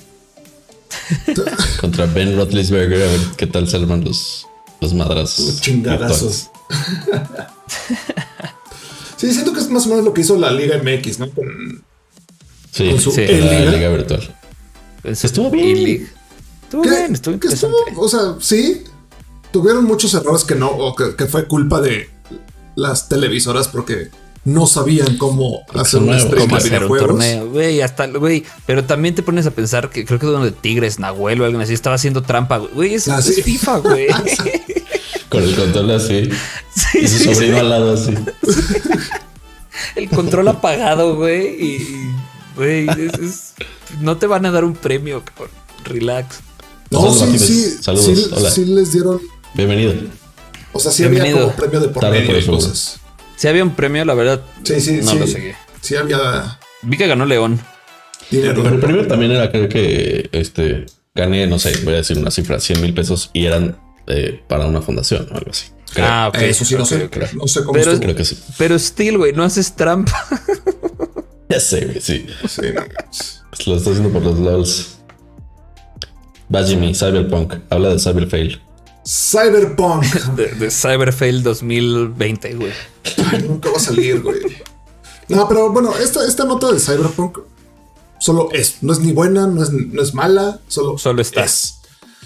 Ben Roethlisberger, a ver qué tal se arman los madrazos. Los chingadazos. virtuales. Sí, siento que es más o menos lo que hizo la Liga MX, ¿no? Con Sí, su sí, E-Liga. la liga virtual. Estuvo bien. E-League. Estuvo bien, estuvo que interesante. o sea, sí, tuvieron muchos errores que no, o que fue culpa de las televisoras porque no sabían cómo hacer un nuevos. stream Cómo de hacer un videojuegos. torneo, güey, güey. Pero también te pones a pensar que creo que uno de Tigres, Nahuel o algo así, estaba haciendo trampa, güey. Es sí. FIFA, güey. Con el control así. Sí, Y su sí, sobrino sí. al lado así. El control apagado, güey. Güey, no te van a dar un premio, cabrón. Relax. No, Saludos, sí, Martínez. sí, Saludos. sí, Hola. sí les dieron, Bienvenido. o sea, sí había Bienvenido. como premio de por Tarde medio pero y seguro. cosas. Si había un premio, la verdad, Sí, no sí. lo seguí. Sí había Vi que ganó León. dinero. Pero el primero también era, creo que gané, no sé, voy a decir una cifra, 100,000 pesos y eran para una fundación o algo así. Creo. Ah, ok. Eso sí, no Ok, sé. ok. No sé cómo Pero- estuvo. Creo que sí. Pero still, güey, no haces trampa. Ya sé, güey, sí. Sí, no. Pues lo está haciendo por los LOLs. Va Jimmy, Cyberpunk. Habla de Cyberfail. Cyberpunk. De Cyberfail 2020, güey. Ay, nunca va a salir, güey. No, pero bueno, esta nota de Cyberpunk solo es. No es ni buena, no es mala, solo está. es.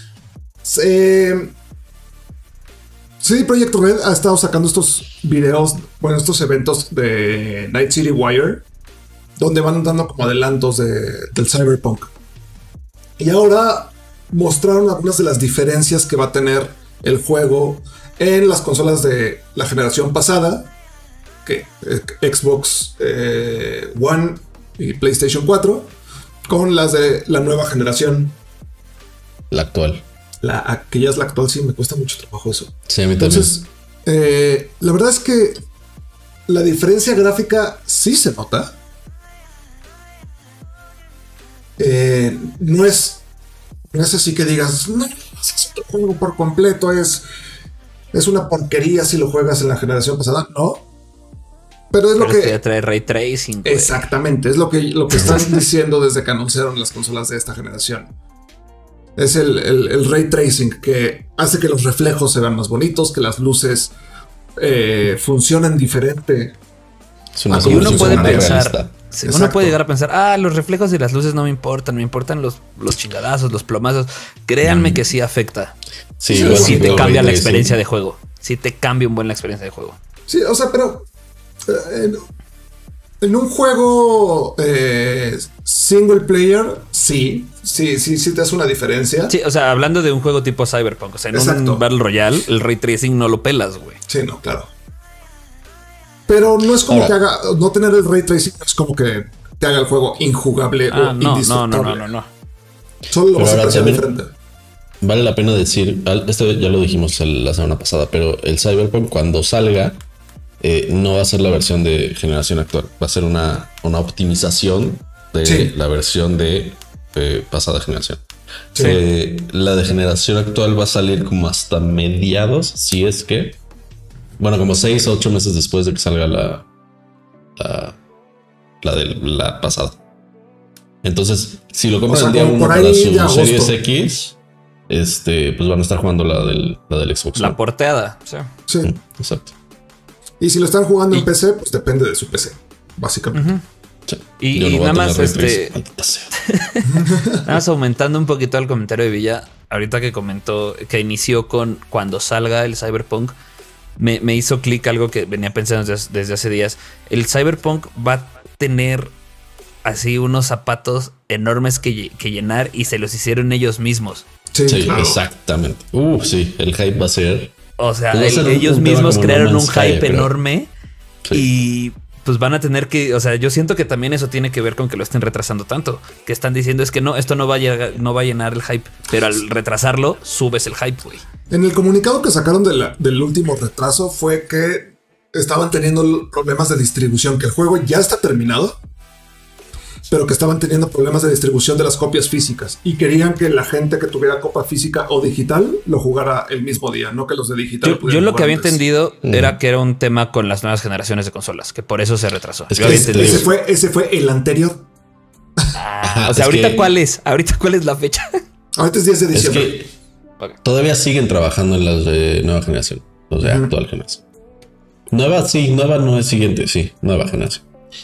CD Projekt Red ha estado sacando estos videos, bueno, estos eventos de Night City Wire, donde van dando como adelantos del Cyberpunk. Y ahora mostraron algunas de las diferencias que va a tener el juego en las consolas de la generación pasada, que Xbox One y PlayStation 4, con las de la nueva generación. La actual. Que ya es la actual, sí, me cuesta mucho trabajo eso. Sí, a mí Entonces, la verdad es que la diferencia gráfica sí se nota. No es así que digas, no, es otro juego por completo, es una porquería si lo juegas en la generación pasada. No. Pero es lo Pero que... ya trae ray tracing, güey. Exactamente, es lo que están diciendo desde que anunciaron las consolas de esta generación. Es el ray tracing que hace que los reflejos se vean más bonitos, que las luces funcionen diferente. Es una Aquí Y uno solución puede más pensar, realista. sí, uno Exacto. puede llegar a pensar, los reflejos y las luces no me importan, me importan los chingadazos, los plomazos. Créanme que sí afecta. Sí, Sí, igual sí si te veo cambia ray la tracing. experiencia de juego. Sí te cambia un buen la experiencia de juego. Sí, o sea, pero en un juego single player, sí te hace una diferencia. Sí, o sea, hablando de un juego tipo Cyberpunk, o sea, en Exacto. un Battle Royale, el ray tracing no lo pelas, güey. Sí, no, claro. Pero no es como Ahora- que haga, no tener el ray tracing no es como que te haga el juego injugable o No. indisfrutable. Solo lo Pero vas a ahora apreciar también- diferente. Vale la pena decir, esto ya lo dijimos la semana pasada, pero el Cyberpunk cuando salga no va a ser la versión de generación actual, va a ser una optimización de Sí. la versión de pasada generación. Sí. La de generación actual va a salir como hasta mediados, si es que, bueno, como 6 o 8 meses después de que salga la de la pasada. Entonces, si lo compran O sea, el día como 1 por para ahí su de agosto. Series X, pues van a estar jugando la del Xbox. La One. porteada. Sí. Sí. Exacto. Y si lo están jugando en PC, pues depende de su PC, básicamente. Sí. Y Yo no voy a nada más, tener ray tracing, maldita sea. Nada más aumentando un poquito el comentario de Villa, ahorita que comentó que inició con cuando salga el Cyberpunk, me hizo clic algo que venía pensando desde hace días. El Cyberpunk va a tener así unos zapatos enormes que llenar y se los hicieron ellos mismos. Sí, Sí, claro. exactamente. Sí, el hype va a ser. O sea, Pues va a ser un ellos tema mismos como crearon No un Man's Sky, hype pero- enorme Sí. y pues van a tener que, o sea, yo siento que también eso tiene que ver con que lo estén retrasando tanto, que están diciendo es que no, esto no va a llenar el hype, pero al retrasarlo subes el hype, güey. En el comunicado que sacaron del último retraso fue que estaban teniendo problemas de distribución, que el juego ya está terminado, pero que estaban teniendo problemas de distribución de las copias físicas y querían que la gente que tuviera copia física o digital lo jugara el mismo día, no que los de digital. Yo lo que había antes. entendido era que era un tema con las nuevas generaciones de consolas, que por eso se retrasó. Es Yo que había entendido. Ese fue el anterior. O sea, ¿ahorita cuál es? ¿Ahorita cuál es la fecha? Ahorita es 10 de Es diciembre. que todavía siguen trabajando en las de nueva generación, los de actual generación. Nueva no es siguiente, sí, nueva generación.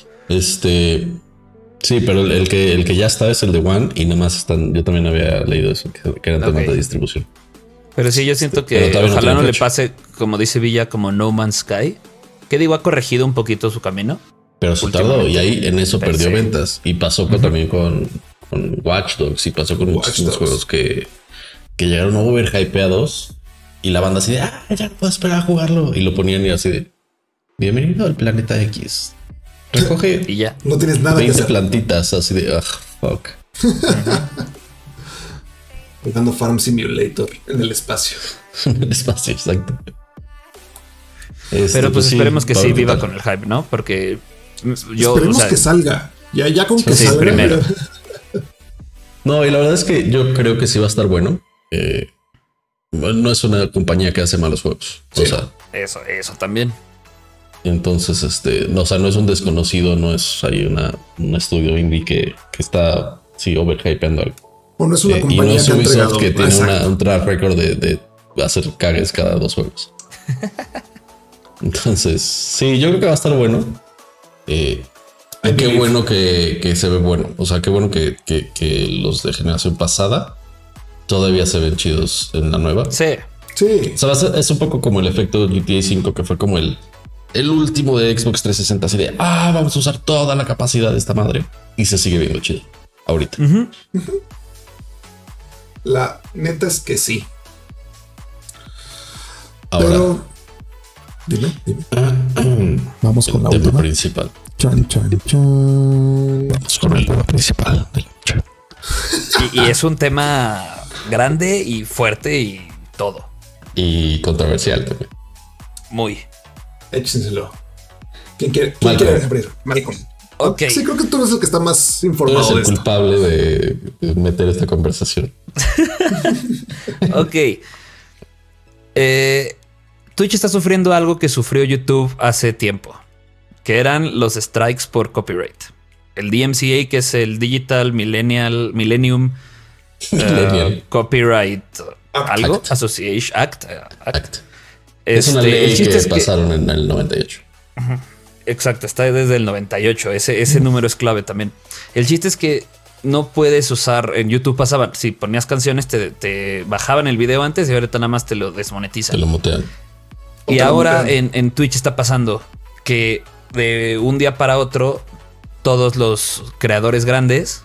Sí, pero el que ya está es el de One y nomás están. Yo también había leído eso, que eran temas de distribución. Pero sí, yo siento que ojalá no le pase, como dice Villa, como No Man's Sky, que digo, ha corregido un poquito su camino. Pero se tardó y ahí en eso perdió ventas. Y pasó también con Watch Dogs y pasó con muchísimos juegos que llegaron over hypeados y la banda así de ya no puedo esperar a jugarlo. Y lo ponían y así de bienvenido al planeta X. Recoge y ya. No tienes nada 20 que hacer. plantitas así de fuck. Jugando Farm Simulator en el espacio. En el espacio, exacto. Pero pues esperemos que sí viva con con el hype, ¿no? Porque yo. Esperemos que salga. Ya con que sí, salga. primero. No, y la verdad es que yo creo que sí va a estar bueno. No es una compañía que hace malos juegos. Sí. O sea, eso también. entonces, no, o sea, no es un desconocido, no es ahí un estudio indie que está overhypeando algo. O no es una Y no compañía es que ha entregado. Ubisoft que tiene Exacto. un track record de hacer cagues cada 2 juegos. Entonces, sí, yo creo que va a estar bueno. Y qué bueno que se ve bueno. O sea, qué bueno que los de generación pasada todavía se ven chidos en la nueva. Sí. Sí. O sea, es un poco como el efecto GTA 5, que fue como el último de Xbox 360, así de vamos a usar toda la capacidad de esta madre. Y se sigue viendo chido ahorita. La neta es que sí. Ahora, Pero dime. Vamos con la el tema última. principal. Chan. Vamos con el tema principal de la noche. Y es un tema grande y fuerte y todo. Y controversial también. Muy. Échenselo. ¿Quién quiere abrir? Malcolm. Ok. Sí, creo que tú eres el que está más Tú eres informado de el esto. culpable de meter esta conversación. Ok. Twitch está sufriendo algo que sufrió YouTube hace tiempo, que eran los strikes por copyright. El DMCA, que es el Digital Millennium Copyright algo Act. Association Act. Es una ley el chiste que es que pasaron en el 98. exacto, está desde el 98. Ese número es clave también. El chiste es que no puedes usar en YouTube. Pasaba, si ponías canciones, te bajaban el video antes y ahorita nada más te lo desmonetizan. Te lo mutean. Y ahora en Twitch está pasando que de un día para otro todos los creadores grandes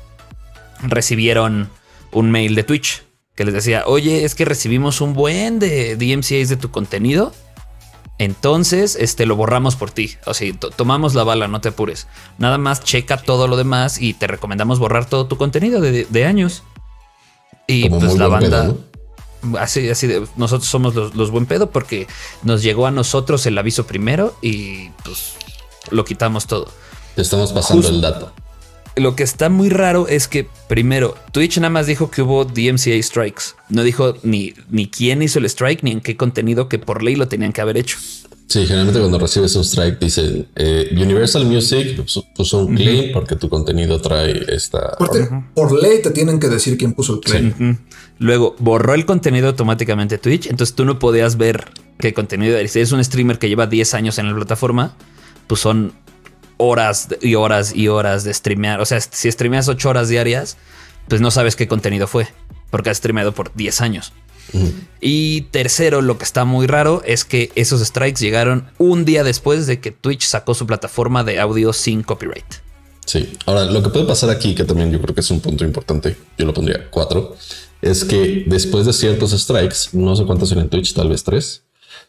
recibieron un mail de Twitch que les decía, oye, es que recibimos un buen de DMCAs de tu contenido, entonces lo borramos por ti. O sea, tomamos la bala, no te apures. Nada más checa todo lo demás y te recomendamos borrar todo tu contenido de años. Y Como pues muy la buen banda... pedo, ¿no? Así de, nosotros somos los buen pedo porque nos llegó a nosotros el aviso primero y pues lo quitamos todo. Te estamos pasando el dato. Lo que está muy raro es que primero Twitch nada más dijo que hubo DMCA strikes. No dijo ni quién hizo el strike ni en qué contenido, que por ley lo tenían que haber hecho. Sí, generalmente cuando recibes un strike dicen Universal Music puso un claim porque tu contenido trae esta... Aparte, por ley te tienen que decir quién puso el claim. Luego borró el contenido automáticamente Twitch. Entonces tú no podías ver qué contenido era. Si eres un streamer que lleva 10 años en la plataforma, pues son horas y horas y horas de streamear. O sea, si streameas 8 horas diarias, pues no sabes qué contenido fue porque has streameado por 10 años. Y tercero, lo que está muy raro es que esos strikes llegaron un día después de que Twitch sacó su plataforma de audio sin copyright. Sí, ahora lo que puede pasar aquí, que también yo creo que es un punto importante, yo lo pondría 4, es que después de ciertos strikes, no sé cuántos son en Twitch, tal vez 3,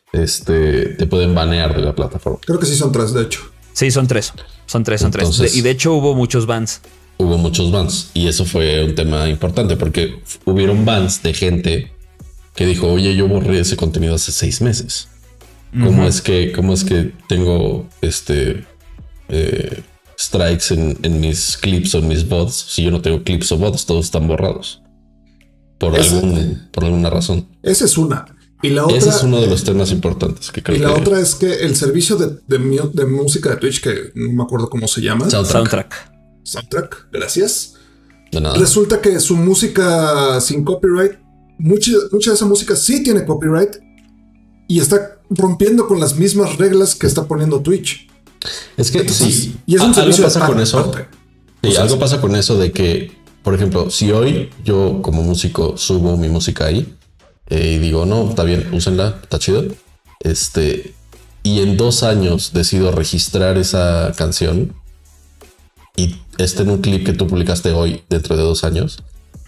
te pueden banear de la plataforma. Creo que sí son 3, de hecho. Sí, son 3. Son 3. Entonces, Y de hecho hubo muchos bans. Hubo muchos bans y eso fue un tema importante porque hubieron bans de gente que dijo, oye, yo borré ese contenido hace 6 meses. ¿Cómo es que tengo strikes en mis clips o en mis VODs si yo no tengo clips o VODs? Todos están borrados por alguna razón. Esa es una. Y la otra, ese es uno de los temas importantes que creo. Y la otra es que el servicio de música de Twitch, que no me acuerdo cómo se llama. Soundtrack, gracias. De nada. Resulta que su música sin copyright, mucha de esa música sí tiene copyright y está rompiendo con las mismas reglas que está poniendo Twitch. Es que entonces, sí, y es un servicio algo pasa con eso. Sí, algo pasa con eso de que, por ejemplo, si hoy yo como músico subo mi música ahí y digo, no, está bien, úsenla, está chido. Y en 2 años decido registrar esa canción y en un clip que tú publicaste hoy dentro de 2 años.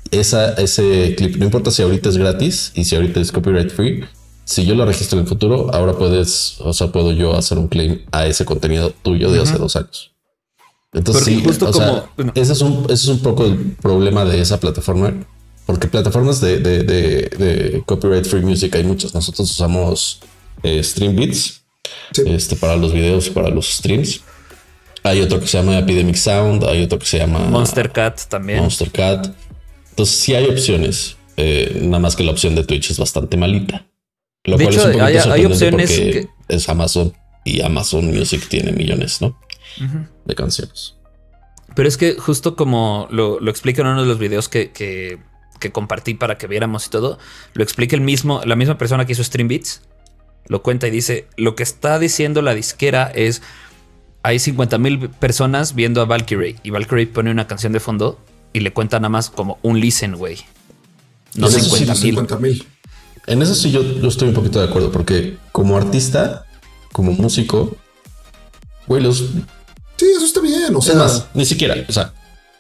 Ese clip, no importa si ahorita es gratis y si ahorita es copyright free, si yo lo registro en el futuro, ahora puedo yo hacer un claim a ese contenido tuyo de hace 2 años. Entonces, sí, justo ese es un poco el problema de esa plataforma. Porque plataformas de copyright free music hay muchas. Nosotros usamos Streambeats para los videos y para los streams. Hay otro que se llama Epidemic Sound. Hay otro que se llama Monstercat también. Monstercat. Entonces sí hay opciones. Nada más que la opción de Twitch es bastante malita. Lo de cual hecho, es un poquito hay opciones porque es Amazon y Amazon Music tiene millones, ¿no? De canciones. Pero es que justo como lo explica en uno de los videos que compartí para que viéramos y todo, lo explica la misma persona que hizo Streambeats, lo cuenta y dice, lo que está diciendo la disquera es, hay 50,000 personas viendo a Valkyrie y Valkyrie pone una canción de fondo y le cuenta nada más como un listen, güey. No 50,000. En eso sí yo estoy un poquito de acuerdo, porque como artista, como músico, güey, sí, eso está bien, o sea... Es más, ni siquiera, o sea...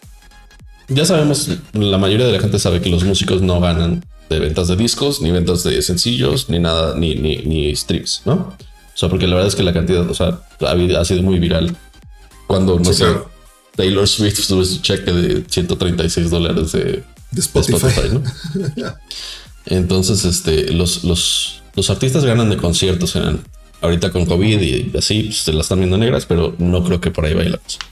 Ya sabemos, la mayoría de la gente sabe que los músicos no ganan de ventas de discos, ni ventas de sencillos, ni nada, ni streams, ¿no? O sea, porque la verdad es que la cantidad, o sea, ha sido muy viral. Cuando, no sé, claro, Taylor Swift tuvo su cheque de $136 de Spotify, ¿no? Entonces, los artistas ganan de conciertos ahorita con COVID y así, pues, se la están viendo negras, pero no creo que por ahí vaya la cosa.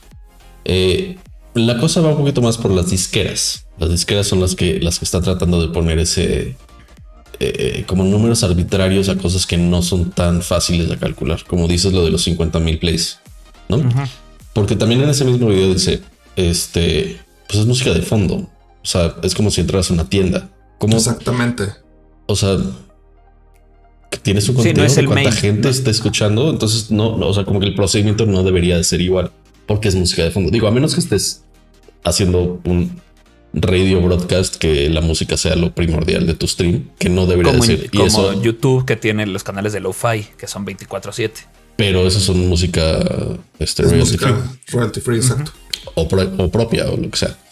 La cosa va un poquito más por las disqueras. Las disqueras son las que están tratando de poner ese como números arbitrarios a cosas que no son tan fáciles de calcular. Como dices lo de los 50,000 plays, ¿no? Porque también en ese mismo video dice, pues es música de fondo. O sea, es como si entras a una tienda. Exactamente. O sea, que tienes un contenido de cuánta gente está escuchando. Entonces no, o sea, como que el procedimiento no debería de ser igual. Porque es música de fondo. Digo, a menos que estés haciendo un radio broadcast que la música sea lo primordial de tu stream, que no debería de ser. Como eso, YouTube, que tiene los canales de Lo-Fi, que son 24/7. Pero eso son música royalty free, exacto. O propia o lo que sea.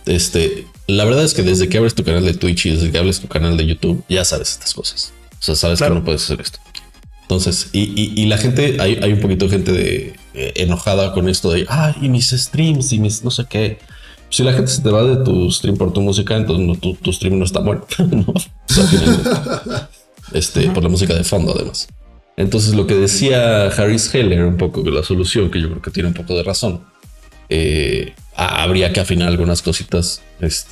La verdad es que desde que abres tu canal de Twitch y desde que abres tu canal de YouTube, ya sabes estas cosas. O sea, sabes que no puedes hacer esto. Entonces, y la gente, hay un poquito de gente enojada con esto de, y mis streams y mis no sé qué. Si la gente se te va de tu stream por tu música, entonces tu stream no está bueno. No, o sea, finalmente, por la música de fondo, además. Entonces, lo que decía Harris Heller, un poco de la solución, que yo creo que tiene un poco de razón, habría que afinar algunas cositas,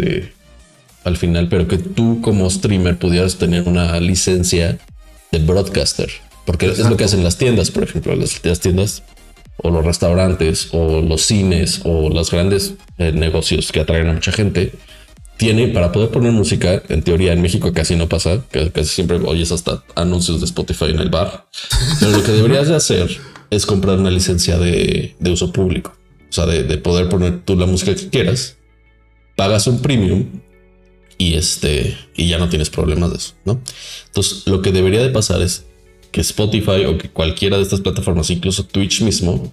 al final, pero que tú como streamer pudieras tener una licencia de broadcaster. Porque es lo que hacen las tiendas, por ejemplo, las tiendas o los restaurantes o los cines o los grandes negocios que atraen a mucha gente. Tiene para poder poner música, en teoría en México casi no pasa, que casi siempre oyes hasta anuncios de Spotify en el bar. Pero lo que deberías de hacer es comprar una licencia de uso público. O sea, de poder poner tú la música que quieras, pagas un premium y ya no tienes problemas de eso, ¿no? Entonces, lo que debería de pasar es que Spotify o que cualquiera de estas plataformas, incluso Twitch mismo,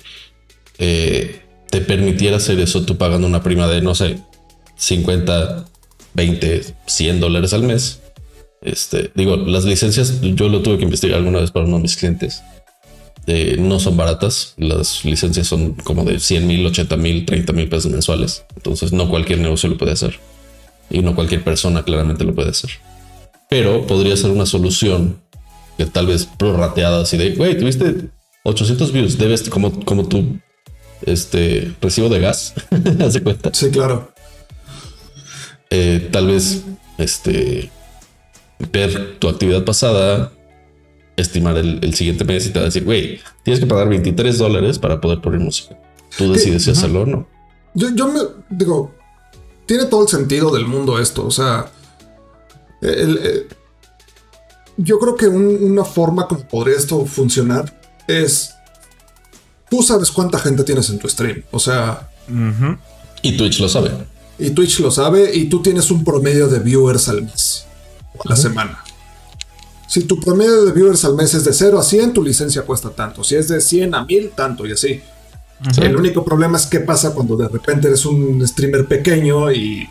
te permitiera hacer eso tú pagando una prima de, no sé, 50, 20, $100 al mes. Digo, las licencias, yo lo tuve que investigar alguna vez para uno de mis clientes. No son baratas. Las licencias son como de 100,000, 80,000, 30,000 pesos mensuales. Entonces no cualquier negocio lo puede hacer. Y no cualquier persona claramente lo puede hacer. Pero podría ser una solución que tal vez prorrateada, así de, güey, tuviste 800 views, debes como tu recibo de gas. ¿Hace cuenta? Sí, claro. Tal vez ver tu actividad pasada, estimar el siguiente mes y te va a decir, güey, tienes que pagar $23 para poder poner música. Tú decides si hacerlo o no. Yo me digo, tiene todo el sentido del mundo esto. O sea, yo creo que una forma como podría esto funcionar es, tú sabes cuánta gente tienes en tu stream. O sea, y Twitch lo sabe. Y Twitch lo sabe, y tú tienes un promedio de viewers al mes, a la semana. Si tu promedio de viewers al mes es de 0 a 100, tu licencia cuesta tanto. Si es de 100 a 1000, tanto, y así. El único problema es qué pasa cuando de repente eres un streamer pequeño y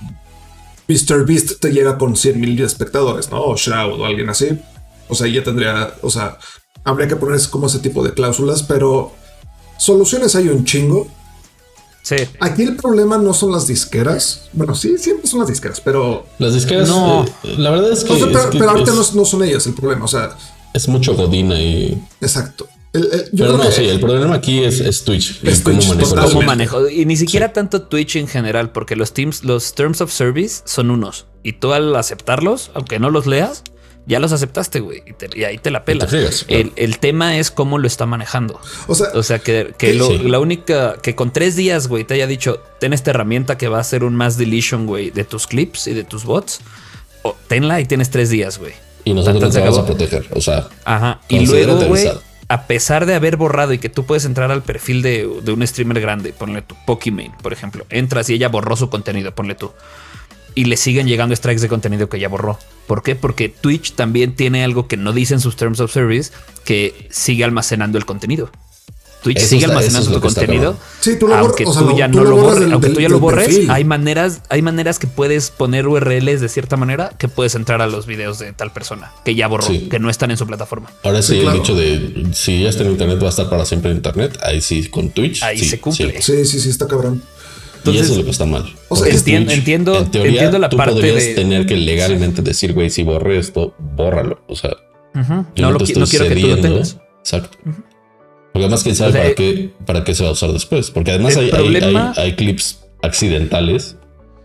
MrBeast te llega con 100,000 espectadores, ¿no? O Shroud o alguien así. O sea, ya tendría, o sea, habría que poner como ese tipo de cláusulas, pero soluciones hay un chingo. Sí. Aquí el problema no son las disqueras. Bueno, sí, siempre son las disqueras, pero... Las disqueras, no. La verdad es que... O sea, pero ahorita no son ellas el problema, o sea... Es mucho godín ahí. Exacto. Pero no, sí, el problema aquí es Twitch. Es Twitch, cómo manejo. Y ni siquiera tanto Twitch en general, porque los Terms of Service son unos. Y tú al aceptarlos, aunque no los leas, ya los aceptaste, güey. Y ahí te la pelas. Claro. El tema es cómo lo está manejando. O sea que la única que con 3 días, güey, te haya dicho, ten esta herramienta que va a hacer un mass deletion, güey, de tus clips y de tus bots. Tenla y tienes 3 días, güey. Y nosotros te vamos a proteger. O sea, ajá. Y luego, güey, a pesar de haber borrado y que tú puedes entrar al perfil de un streamer grande, ponle tu Pokimane, por ejemplo, entras y ella borró su contenido, ponle tú. Y le siguen llegando strikes de contenido que ya borró. ¿Por qué? Porque Twitch también tiene algo que no dice en sus Terms of Service, que sigue almacenando el contenido. Twitch sigue almacenando tu contenido. Sí, tú lo aunque tú ya no lo borres, aunque tú ya lo borres, hay maneras que puedes poner URLs de cierta manera que puedes entrar a los videos de tal persona que ya borró, que no están en su plataforma. Ahora sí, claro. El dicho de si ya está en internet va a estar para siempre en internet. Ahí sí, con Twitch. Ahí se cumple. Sí, está cabrón. Entonces, y eso es lo que está mal. O sea, entiendo la tú parte podrías de tener que legalmente decir, güey, si borré esto, bórralo. O sea, no quiero que tú lo tengas. Exacto. Porque además, quién sabe para qué se va a usar después. Porque además hay clips accidentales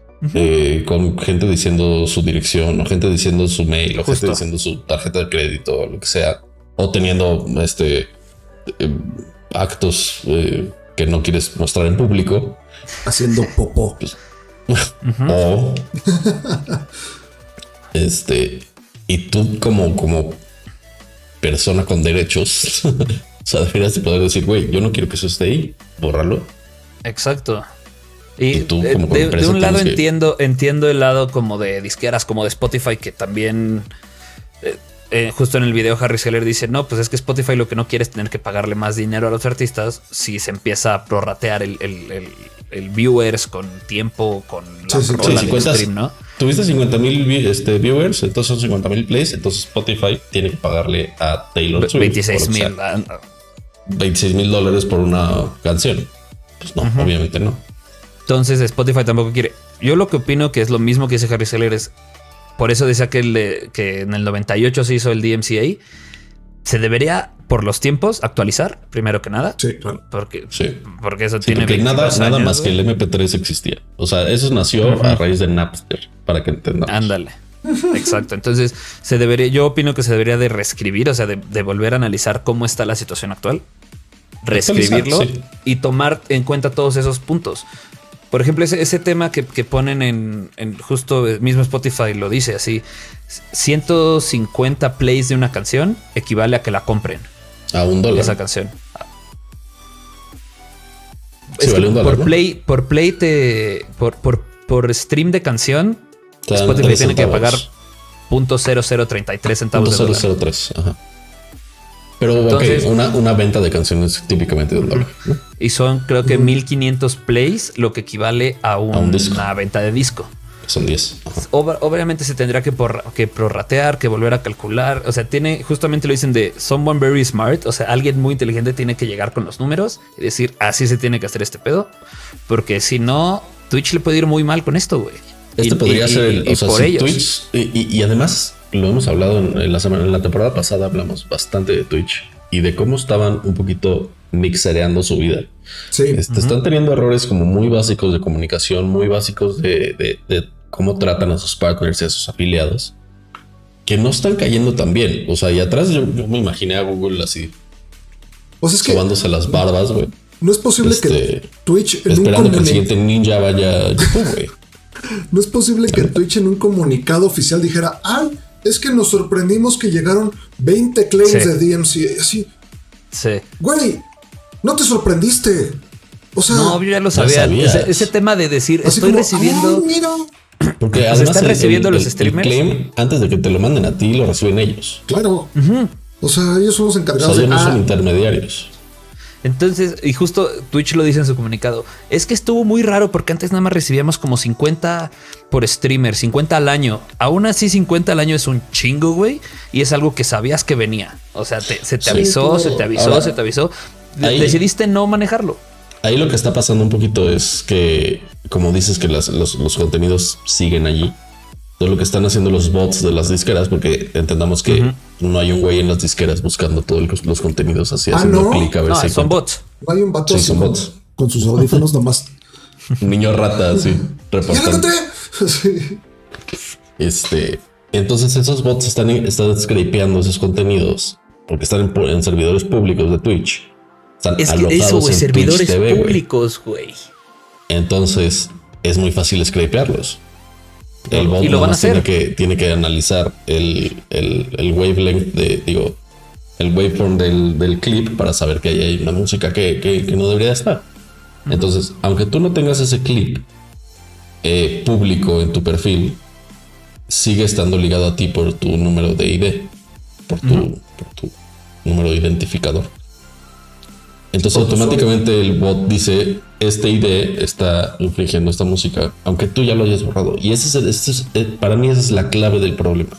con gente diciendo su dirección, o gente diciendo su mail, o gente diciendo su tarjeta de crédito, o lo que sea, o teniendo actos que no quieres mostrar en público. Haciendo popó. Pues, o y tú como persona con derechos, o sea, deberías de poder decir, güey, yo no quiero que eso esté ahí, bórralo. Exacto. Y tú, de un lado entiendo el lado como de disqueras, como de Spotify, que también justo en el video Harry Seller dice, no, pues es que Spotify lo que no quiere es tener que pagarle más dinero a los artistas si se empieza a prorratear el viewers con tiempo, con la rola del stream, ¿no? Tuviste 50,000 viewers, entonces son 50,000 plays, entonces Spotify tiene que pagarle a Taylor Swift 26,000 $26,000 por una canción. Pues no, obviamente no. Entonces Spotify tampoco quiere. Yo lo que opino que es lo mismo que dice Harry Seller es, por eso decía que en el 98 se hizo el DMCA. Se debería, por los tiempos, actualizar, primero que nada. Sí, claro. Porque eso tiene porque nada más que el MP3 existía. O sea, eso nació a raíz de Napster, para que entendamos. Ándale. Exacto. Entonces, yo opino que se debería de reescribir, o sea, de volver a analizar cómo está la situación actual, reescribirlo y tomar en cuenta todos esos puntos. Por ejemplo, ese tema que ponen en justo el mismo Spotify lo dice así: 150 plays de una canción equivale a que la compren. A $1. Esa canción. Sí, vale $1, por ¿no? play por stream de canción, Spotify tiene que pagar .0033 centavos de dólar. 0.003, ajá. Pero entonces, una venta de canciones típicamente de $1, ¿no? Y son, creo que 1500 plays, lo que equivale a una venta de disco. Son 10. Obviamente se tendrá que prorratear, que volver a calcular. O sea, justamente lo dicen de someone very smart. O sea, alguien muy inteligente tiene que llegar con los números y decir, así se tiene que hacer este pedo. Porque si no, Twitch le puede ir muy mal con esto, güey. Podría ser por ellos. Twitch, y además lo hemos hablado en la temporada pasada, hablamos bastante de Twitch y de cómo estaban un poquito mixereando su vida. Sí. Están teniendo errores como muy básicos de comunicación, muy básicos de cómo tratan a sus partners y a sus afiliados, que no están cayendo tan bien. O sea, y atrás yo me imaginé a Google así, O sea, es que sobándose las barbas, güey. no es posible que Twitch esperando que el siguiente ninja vaya a YouTube, güey. No es posible que Twitch en un comunicado oficial dijera, ay, es que nos sorprendimos que llegaron 20 claims Sí. de DMCA. Así, Sí. güey, no te sorprendiste. O sea, No, yo ya lo Ya sabía. sabías. Ese tema de decir, así estoy como, recibiendo... "Ay, mira". Porque sea, además están recibiendo los streamers. el claim, antes de que te lo manden a ti, lo reciben ellos. Claro. O sea, ellos son los O encargados sea, de. ellos no son intermediarios. Entonces, y justo Twitch lo dice en su comunicado, es que estuvo muy raro porque antes nada más recibíamos como 50 por streamer, 50 al año. Aún así 50 al año es un chingo, güey, y es algo que sabías que venía. O sea, se te Sí, avisó, pero se te avisó, ahora, se te avisó. ahí- Decidiste no manejarlo. Ahí lo que está pasando un poquito es que, como dices, que los contenidos siguen allí. Todo lo que están haciendo los bots de las disqueras, porque entendamos que no hay un güey en las disqueras buscando todos los contenidos así, haciendo ¿no? clic a ver No, si son encuentra. bots. No hay un vato Sí, así son con, bots. con sus audífonos nomás. Un niño rata así, ¡Ya la reportando. encontré! Sí. Entonces esos bots están scrapeando esos contenidos porque están en servidores públicos de Twitch. Están Es que alojados eso, güey, en servidores Twitch TV, güey. públicos, güey. Entonces es muy fácil scrapearlos. El bot Y lo van a nada más hacer. tiene que analizar el wavelength el waveform del clip para saber que ahí hay una música que no debería estar. Entonces, aunque tú no tengas ese clip público en tu perfil, sigue estando ligado a ti por tu número de ID, por tu número de identificador. Entonces automáticamente el bot dice, este ID está infringiendo esta música, aunque tú ya lo hayas borrado. Y para mí esa es la clave del problema.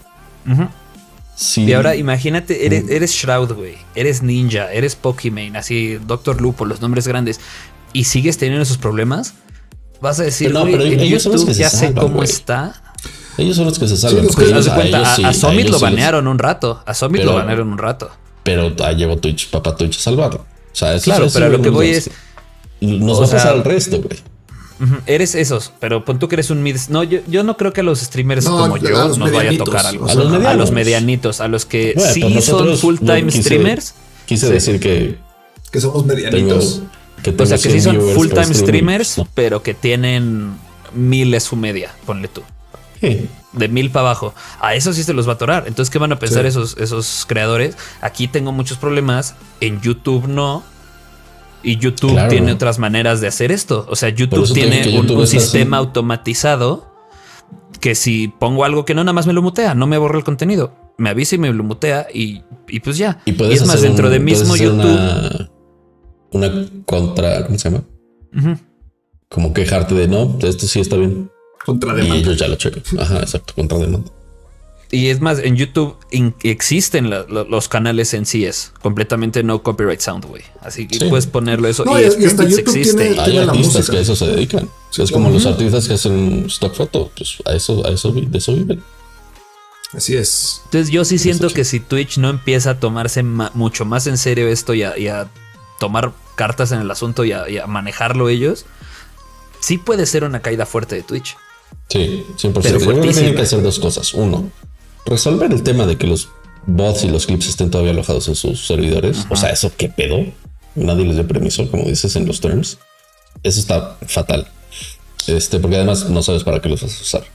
Sí. Y ahora imagínate, eres Shroud, güey. Eres Ninja, eres Pokimane, así Doctor Lupo, los nombres grandes. Y sigues teniendo esos problemas. Vas a decir, Pero no, güey, pero en ellos son los YouTube que se ya sé salvan, cómo güey. está. Ellos son los que se salvan. los porque que- Haz de a cuenta, ellos sí- a Summit ellos lo sí les- banearon un rato. A Summit Pero- lo banearon un rato. Pero llevo Twitch, papá Twitch a salvarlo. O sea, eso Claro, eso pero a lo que nos- voy es... Nos o va a sea, pasar al resto, güey. Ujú, eres esos, pero pon tú que eres un mid. No, yo no creo que a los streamers No, como a yo los nos vaya a medianitos, tocar algo. o sea, A los medianitos, a los que Bueno, sí pues son nosotros, full time no quise- streamers. Quise Sí. decir que Que somos tengo, medianitos. O sea, que sí 100 son viewers full por time streaming. streamers, No. pero que tienen 1000 es su media, ponle tú. Sí. De 1000 para abajo. A eso sí se los va a atorar. Entonces, ¿qué van a pensar Sí. esos creadores? Aquí tengo muchos problemas. En YouTube no. Y YouTube Claro. tiene otras maneras de hacer esto. O sea, Por YouTube eso te digo tiene que YouTube un es así. sistema automatizado que si pongo algo que no, nada más me lo mutea, no me borra el contenido. Me avisa y me lo mutea y pues ya. Y puedes es más, hacer dentro de puedes mismo hacer YouTube. una contra, ¿cómo se llama? Ujú. Como quejarte de no, esto sí está bien. Contra Y demanda. ellos ya lo checan. Ajá, exacto, contra demanda. Y es más, en YouTube existen los canales en CS, completamente no copyright sound, güey. Así que Sí. puedes ponerlo eso. No, y y hasta Streamlabs YouTube existe. tiene- Hay la artistas música. que a eso se dedican. Es como los artistas que hacen stock photo, pues de eso viven. Así es. Entonces yo sí siento chido. que si Twitch no empieza a tomarse mucho más en serio esto y a tomar cartas en el asunto y a manejarlo ellos, sí puede ser una caída fuerte de Twitch. Sí, 100%. Pero Yo creo que tienen fuertísima. que hacer dos cosas. Uno, resolver el tema de que los bots y los clips estén todavía alojados en sus servidores. O sea, eso qué pedo. Nadie les dio permiso, como dices en los terms. Eso está fatal. Porque además no sabes para qué los vas a usar.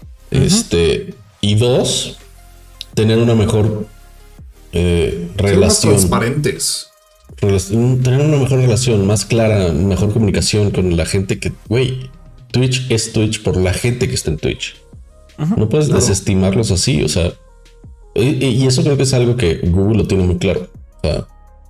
Y dos, tener una mejor Ser más relación. transparentes. Tener una mejor relación, más clara, mejor comunicación con la gente que, güey, Twitch es Twitch por la gente que está en Twitch. No puedes desestimarlos así, o sea, y eso creo que es algo que Google lo tiene muy claro. O sea,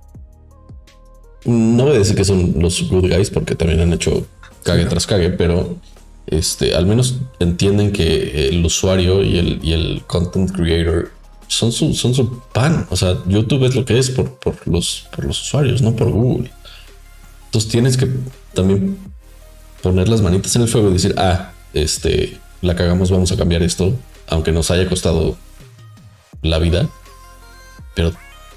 no voy a decir que son los good guys porque también han hecho cague tras cague, pero al menos entienden que el usuario y el content creator son su pan. O sea, YouTube es lo que es por los usuarios, no por Google. Entonces tienes que también poner las manitas en el fuego y decir, la cagamos, vamos a cambiar esto, aunque nos haya costado la vida, pero